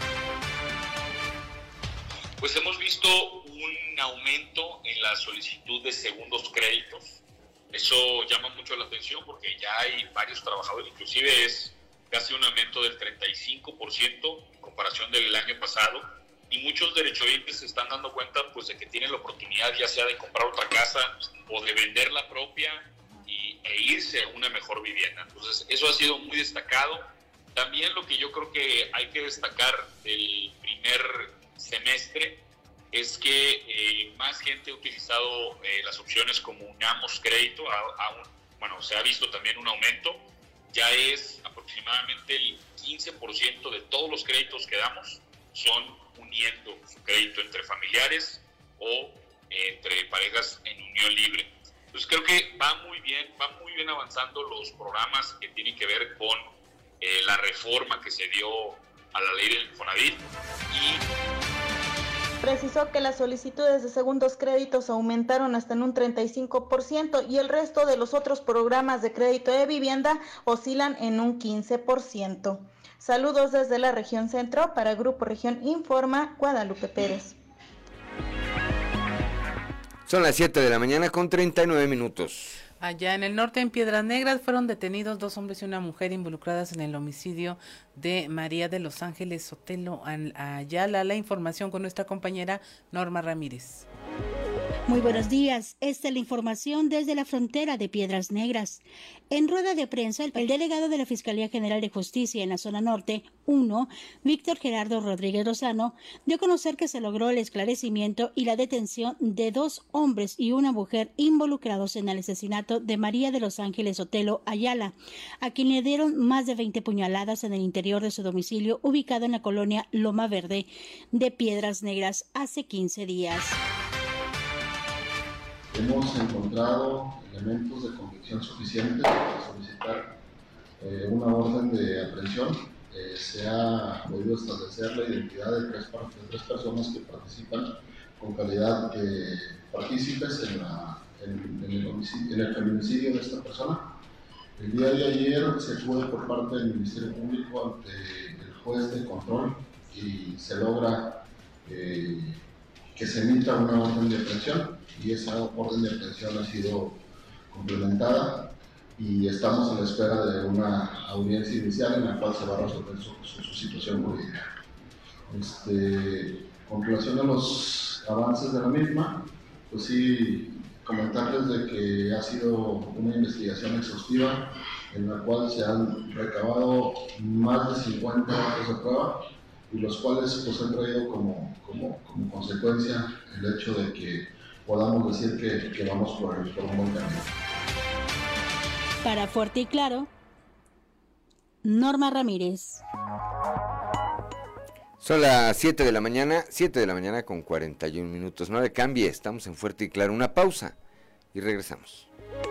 Pues hemos visto un aumento en la solicitud de segundos créditos. Eso llama mucho la atención porque ya hay varios trabajadores, inclusive es casi un aumento del treinta y cinco por ciento en comparación del año pasado. Y muchos derechohabientes se están dando cuenta pues de que tienen la oportunidad ya sea de comprar otra casa o de vender la propia y, e irse a una mejor vivienda. Entonces eso ha sido muy destacado. También lo que yo creo que hay que destacar del primer semestre es que eh, más gente ha utilizado eh, las opciones como Unamos Crédito. A, a un, bueno, se ha visto también un aumento. Ya es aproximadamente el quince por ciento de todos los créditos que damos son uniendo su crédito entre familiares o eh, entre parejas en unión libre. Entonces creo que va muy bien, va muy bien avanzando los programas que tienen que ver con eh, la reforma que se dio a la ley del Infonavit. Y precisó que las solicitudes de segundos créditos aumentaron hasta en un treinta y cinco por ciento y el resto de los otros programas de crédito de vivienda oscilan en un quince por ciento. Saludos desde la región centro, para Grupo Región Informa, Guadalupe Pérez. Son las siete de la mañana con treinta y nueve minutos. Allá en el norte, en Piedras Negras, fueron detenidos dos hombres y una mujer involucradas en el homicidio de María de los Ángeles Sotelo Ayala. La información con nuestra compañera Norma Ramírez. Muy buenos días, esta es la información desde la frontera de Piedras Negras. En rueda de prensa, el delegado de la Fiscalía General de Justicia en la zona norte, uno, Víctor Gerardo Rodríguez Lozano, dio a conocer que se logró el esclarecimiento y la detención de dos hombres y una mujer involucrados en el asesinato de María de los Ángeles Sotelo Ayala, a quien le dieron más de veinte puñaladas en el interior de su domicilio ubicado en la colonia Loma Verde de Piedras Negras hace quince días. hemos encontrado elementos de convicción suficientes para solicitar eh, una orden de aprehensión. Eh, se ha podido establecer la identidad de tres, de tres personas que participan con calidad de partícipes en, la, en, en, el homicidio, en el feminicidio de esta persona. El día de ayer se acude por parte del Ministerio Público ante el juez de control y se logra eh, que se emita una orden de aprehensión, y esa orden de aprehensión ha sido complementada y estamos a la espera de una audiencia inicial en la cual se va a resolver su, su, su situación jurídica. Este, con relación a los avances de la misma, pues sí, comentarles de que ha sido una investigación exhaustiva en la cual se han recabado más de cincuenta datos de prueba, y los cuales pues han traído como, como, como consecuencia el hecho de que podamos decir que, que vamos por, el, por un buen camino. Para Fuerte y Claro, Norma Ramírez. Son las siete de la mañana, siete de la mañana con cuarenta y un minutos. No le cambie, estamos en Fuerte y Claro. Una pausa y regresamos.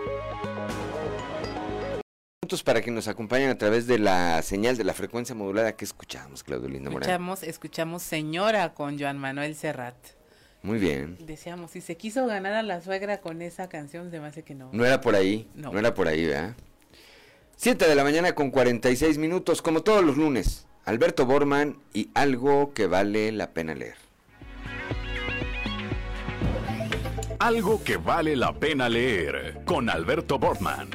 Para que nos acompañen a través de la señal de la frecuencia modulada que escuchamos, Claudio Linda Morán. Escuchamos, escuchamos Señora con Joan Manuel Serrat. Muy bien. Decíamos, si se quiso ganar a la suegra con esa canción, se me hace que no. No era por ahí, no, no era por ahí, ¿verdad? siete de la mañana con cuarenta y seis minutos, como todos los lunes. Alberto Borman y algo que vale la pena leer. Algo que vale la pena leer con Alberto Borman.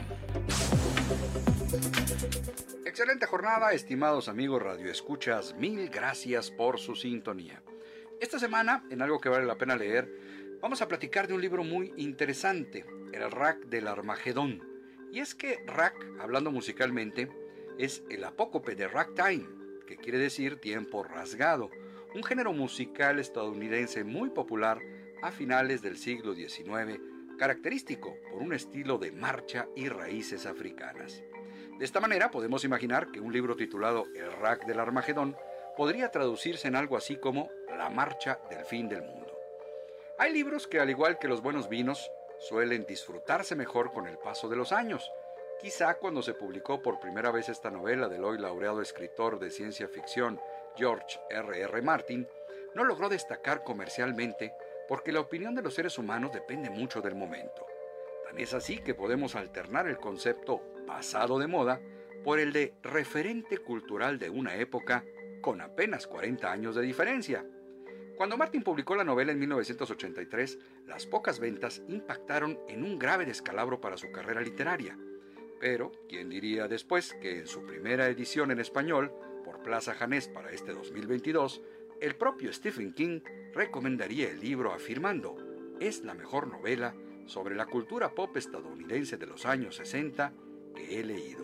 Excelente jornada, estimados amigos radioescuchas, mil gracias por su sintonía. Esta semana, en Algo que vale la pena leer, vamos a platicar de un libro muy interesante, el Rack del Armagedón. Y es que Rack, hablando musicalmente, es el apócope de ragtime, que quiere decir tiempo rasgado, un género musical estadounidense muy popular a finales del siglo diecinueve, característico por un estilo de marcha y raíces africanas. De esta manera podemos imaginar que un libro titulado El Rack del Armagedón podría traducirse en algo así como La Marcha del Fin del Mundo. Hay libros que, al igual que los buenos vinos, suelen disfrutarse mejor con el paso de los años. Quizá cuando se publicó por primera vez esta novela del hoy laureado escritor de ciencia ficción George erre erre Martin, no logró destacar comercialmente porque la opinión de los seres humanos depende mucho del momento. Tan es así que podemos alternar el concepto pasado de moda por el de referente cultural de una época con apenas cuarenta años de diferencia. Cuando Martin publicó la novela en mil novecientos ochenta y tres, las pocas ventas impactaron en un grave descalabro para su carrera literaria. Pero, ¿quién diría después que en su primera edición en español, por Plaza Janés para este dos mil veintidós, el propio Stephen King recomendaría el libro afirmando: es la mejor novela sobre la cultura pop estadounidense de los años sesenta que he leído.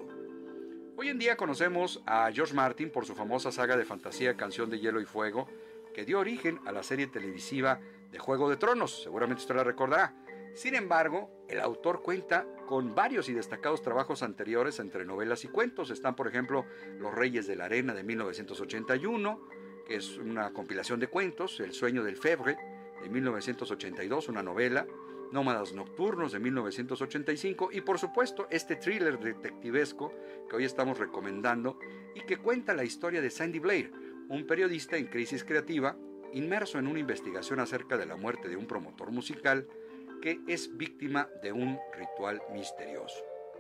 Hoy en día conocemos a George Martin por su famosa saga de fantasía Canción de Hielo y Fuego, que dio origen a la serie televisiva de Juego de Tronos, seguramente usted la recordará. Sin embargo, el autor cuenta con varios y destacados trabajos anteriores entre novelas y cuentos. Están, por ejemplo, Los Reyes de la Arena de mil novecientos ochenta y uno, que es una compilación de cuentos, El Sueño del Febvre de mil novecientos ochenta y dos, una novela, Nómadas Nocturnos de mil novecientos ochenta y cinco y por supuesto este thriller detectivesco que hoy estamos recomendando y que cuenta la historia de Sandy Blair, un periodista en crisis creativa inmerso en una investigación acerca de la muerte de un promotor musical que es víctima de un ritual misterioso.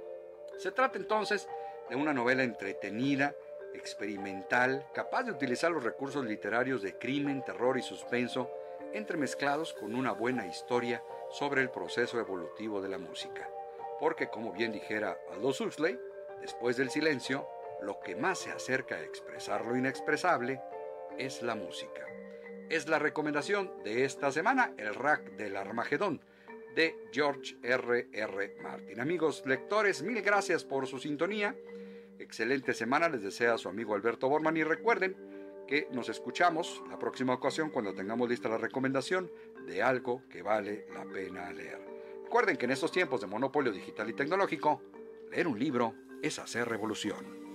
Se trata entonces de una novela entretenida, experimental, capaz de utilizar los recursos literarios de crimen, terror y suspenso, entremezclados con una buena historia sobre el proceso evolutivo de la música. Porque, como bien dijera Aldous Huxley, después del silencio, lo que más se acerca a expresar lo inexpresable es la música. Es la recomendación de esta semana, El Rack del Armagedón, de George erre erre Martin. Amigos lectores, mil gracias por su sintonía. Excelente semana les desea su amigo Alberto Borman y recuerden que nos escuchamos la próxima ocasión cuando tengamos lista la recomendación de algo que vale la pena leer. Recuerden que en estos tiempos de monopolio digital y tecnológico, leer un libro es hacer revolución.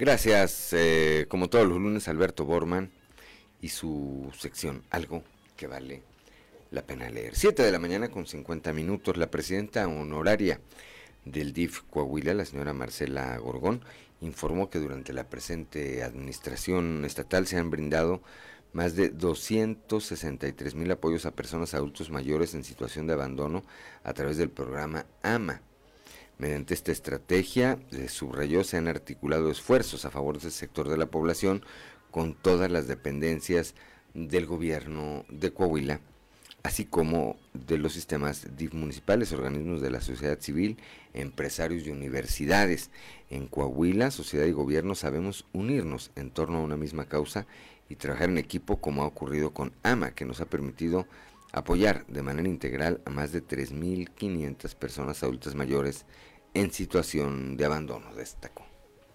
Gracias, eh, como todos los lunes, Alberto Borman y su sección, algo que vale la pena leer. Siete de la mañana con cincuenta minutos, la presidenta honoraria del D I F Coahuila, la señora Marcela Gorgón, informó que durante la presente administración estatal se han brindado más de doscientos sesenta y tres mil apoyos a personas adultos mayores en situación de abandono a través del programa AMA. Mediante esta estrategia, eh, subrayó, se han articulado esfuerzos a favor del sector de la población con todas las dependencias del gobierno de Coahuila, así como de los sistemas D I F municipales, organismos de la sociedad civil, empresarios y universidades. En Coahuila, sociedad y gobierno sabemos unirnos en torno a una misma causa y trabajar en equipo, como ha ocurrido con AMA, que nos ha permitido apoyar de manera integral a más de tres mil quinientas personas adultas mayores en situación de abandono, destacó.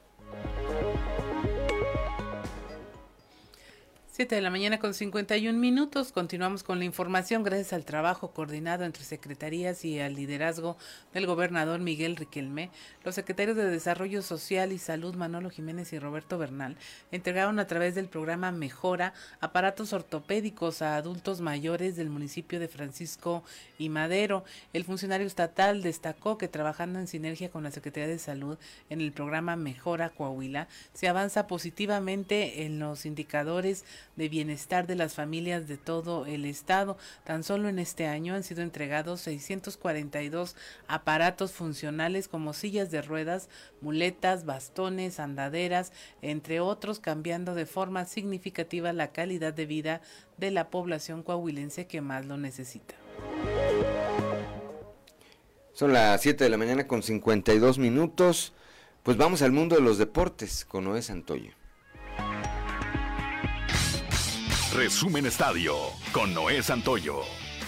siete de la mañana con cincuenta y un minutos. Continuamos con la información gracias al trabajo coordinado entre secretarías y al liderazgo del gobernador Miguel Riquelme. Los secretarios de Desarrollo Social y Salud, Manolo Jiménez y Roberto Bernal, entregaron a través del programa Mejora aparatos ortopédicos a adultos mayores del municipio de Francisco y Madero. El funcionario estatal destacó que trabajando en sinergia con la Secretaría de Salud en el programa Mejora Coahuila, se avanza positivamente en los indicadores de bienestar de las familias de todo el estado. Tan solo en este año han sido entregados seiscientos cuarenta y dos aparatos funcionales como sillas de ruedas, muletas, bastones, andaderas, entre otros, cambiando de forma significativa la calidad de vida de la población coahuilense que más lo necesita. Son las siete de la mañana con cincuenta y dos minutos. Pues vamos al mundo de los deportes con Noé Santoyo. Resumen Estadio con Noé Santoyo.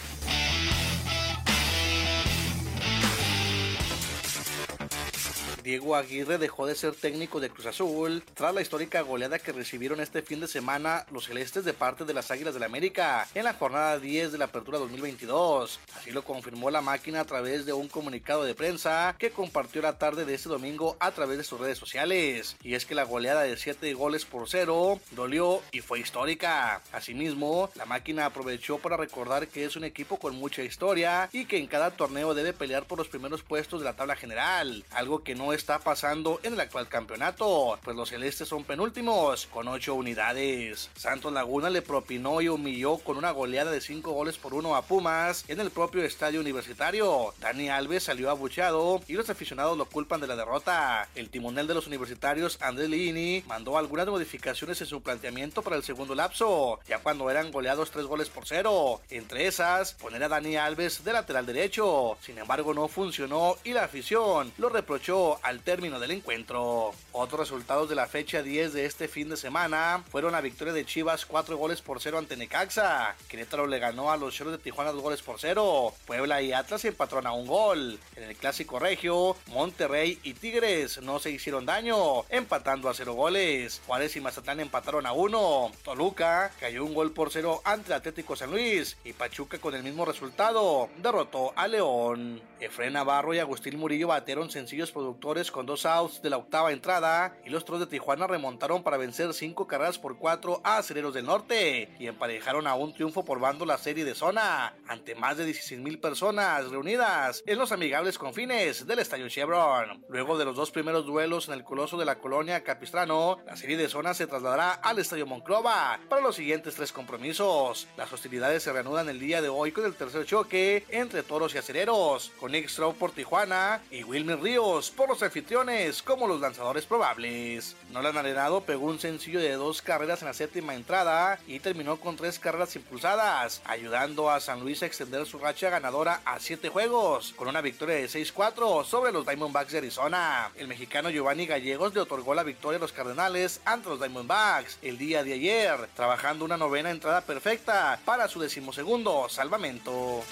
Diego Aguirre dejó de ser técnico de Cruz Azul tras la histórica goleada que recibieron este fin de semana los celestes de parte de las Águilas del la América en la jornada diez de la Apertura dos mil veintidós. Así lo confirmó la máquina a través de un comunicado de prensa que compartió la tarde de este domingo a través de sus redes sociales. Y es que la goleada de siete goles por cero dolió y fue histórica. Asimismo, la máquina aprovechó para recordar que es un equipo con mucha historia y que en cada torneo debe pelear por los primeros puestos de la tabla general, algo que no está pasando en el actual campeonato, pues los celestes son penúltimos con ocho unidades. Santos Laguna le propinó y humilló con una goleada de cinco goles por uno a Pumas en el propio estadio universitario. Dani Alves salió abucheado y los aficionados lo culpan de la derrota. El timonel de los universitarios, Andrés Lini, mandó algunas modificaciones en su planteamiento para el segundo lapso, ya cuando eran goleados tres goles por cero, entre esas poner a Dani Alves de lateral derecho. Sin embargo, no funcionó y la afición lo reprochó al término del encuentro. Otros resultados de la fecha diez de este fin de semana fueron la victoria de Chivas cuatro goles por cero ante Necaxa. Querétaro le ganó a los Cholos de Tijuana dos goles por cero. Puebla y Atlas empataron a un gol. En el clásico regio, Monterrey y Tigres no se hicieron daño, empatando a cero goles. Juárez y Mazatlán empataron a uno. Toluca cayó un gol por cero ante el Atlético San Luis y Pachuca con el mismo resultado derrotó a León. Efraín Navarro y Agustín Murillo batearon sencillos productores con dos outs de la octava entrada y los Toros de Tijuana remontaron para vencer cinco carreras por cuatro a Acereros del Norte y emparejaron a un triunfo por bando la serie de zona ante más de dieciséis mil personas reunidas en los amigables confines del Estadio Chevron. Luego de los dos primeros duelos en el Coloso de la Colonia Capistrano, la serie de zona se trasladará al Estadio Monclova para los siguientes tres compromisos. Las hostilidades se reanudan el día de hoy con el tercer choque entre Toros y Acereros, con Nick Straub por Tijuana y Wilmer Ríos por los anfitriones como los lanzadores probables. Nolan Arenado pegó un sencillo de dos carreras en la séptima entrada y terminó con tres carreras impulsadas, ayudando a San Luis a extender su racha ganadora a siete juegos, con una victoria de seis cuatro sobre los Diamondbacks de Arizona. El mexicano Giovanni Gallegos le otorgó la victoria a los Cardenales ante los Diamondbacks el día de ayer, trabajando una novena entrada perfecta para su decimosegundo salvamento.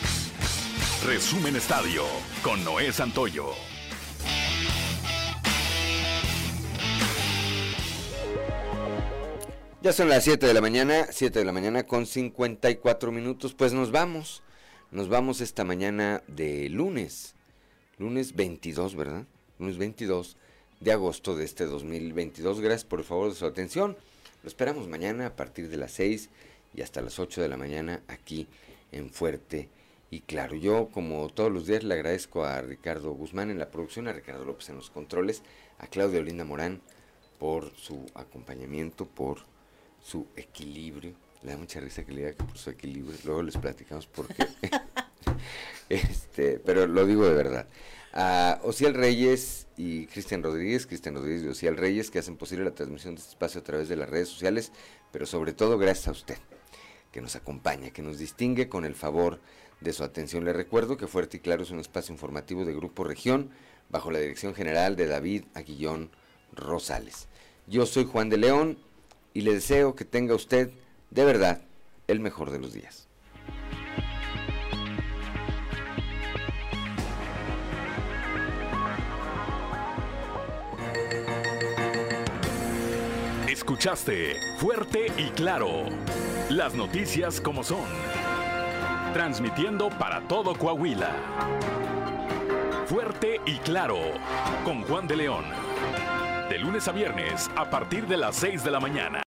Resumen Estadio con Noé Santoyo. Ya son las siete de la mañana, siete de la mañana con cincuenta y cuatro minutos, pues nos vamos, nos vamos esta mañana de lunes, lunes veintidós, ¿verdad? Lunes veintidós de agosto de este dos mil veintidós. Gracias por el favor de su atención. Lo esperamos mañana a partir de las seis y hasta las ocho de la mañana aquí en Fuerte y Claro. Yo, como todos los días, le agradezco a Ricardo Guzmán en la producción, a Ricardo López en los controles, a Claudia Olinda Morán por su acompañamiento, por su equilibrio. Le da mucha risa que le diga que por su equilibrio, luego les platicamos por qué. este, pero lo digo de verdad. A Ociel Reyes y Cristian Rodríguez, Cristian Rodríguez y Ociel Reyes, que hacen posible la transmisión de este espacio a través de las redes sociales, pero sobre todo gracias a usted, que nos acompaña, que nos distingue con el favor de su atención. Le recuerdo que Fuerte y Claro es un espacio informativo de Grupo Región, bajo la dirección general de David Aguillón Rosales. Yo soy Juan de León y le deseo que tenga usted, de verdad, el mejor de los días. Escuchaste Fuerte y Claro, las noticias como son, transmitiendo para todo Coahuila. Fuerte y Claro, con Juan de León, de lunes a viernes a partir de las seis de la mañana.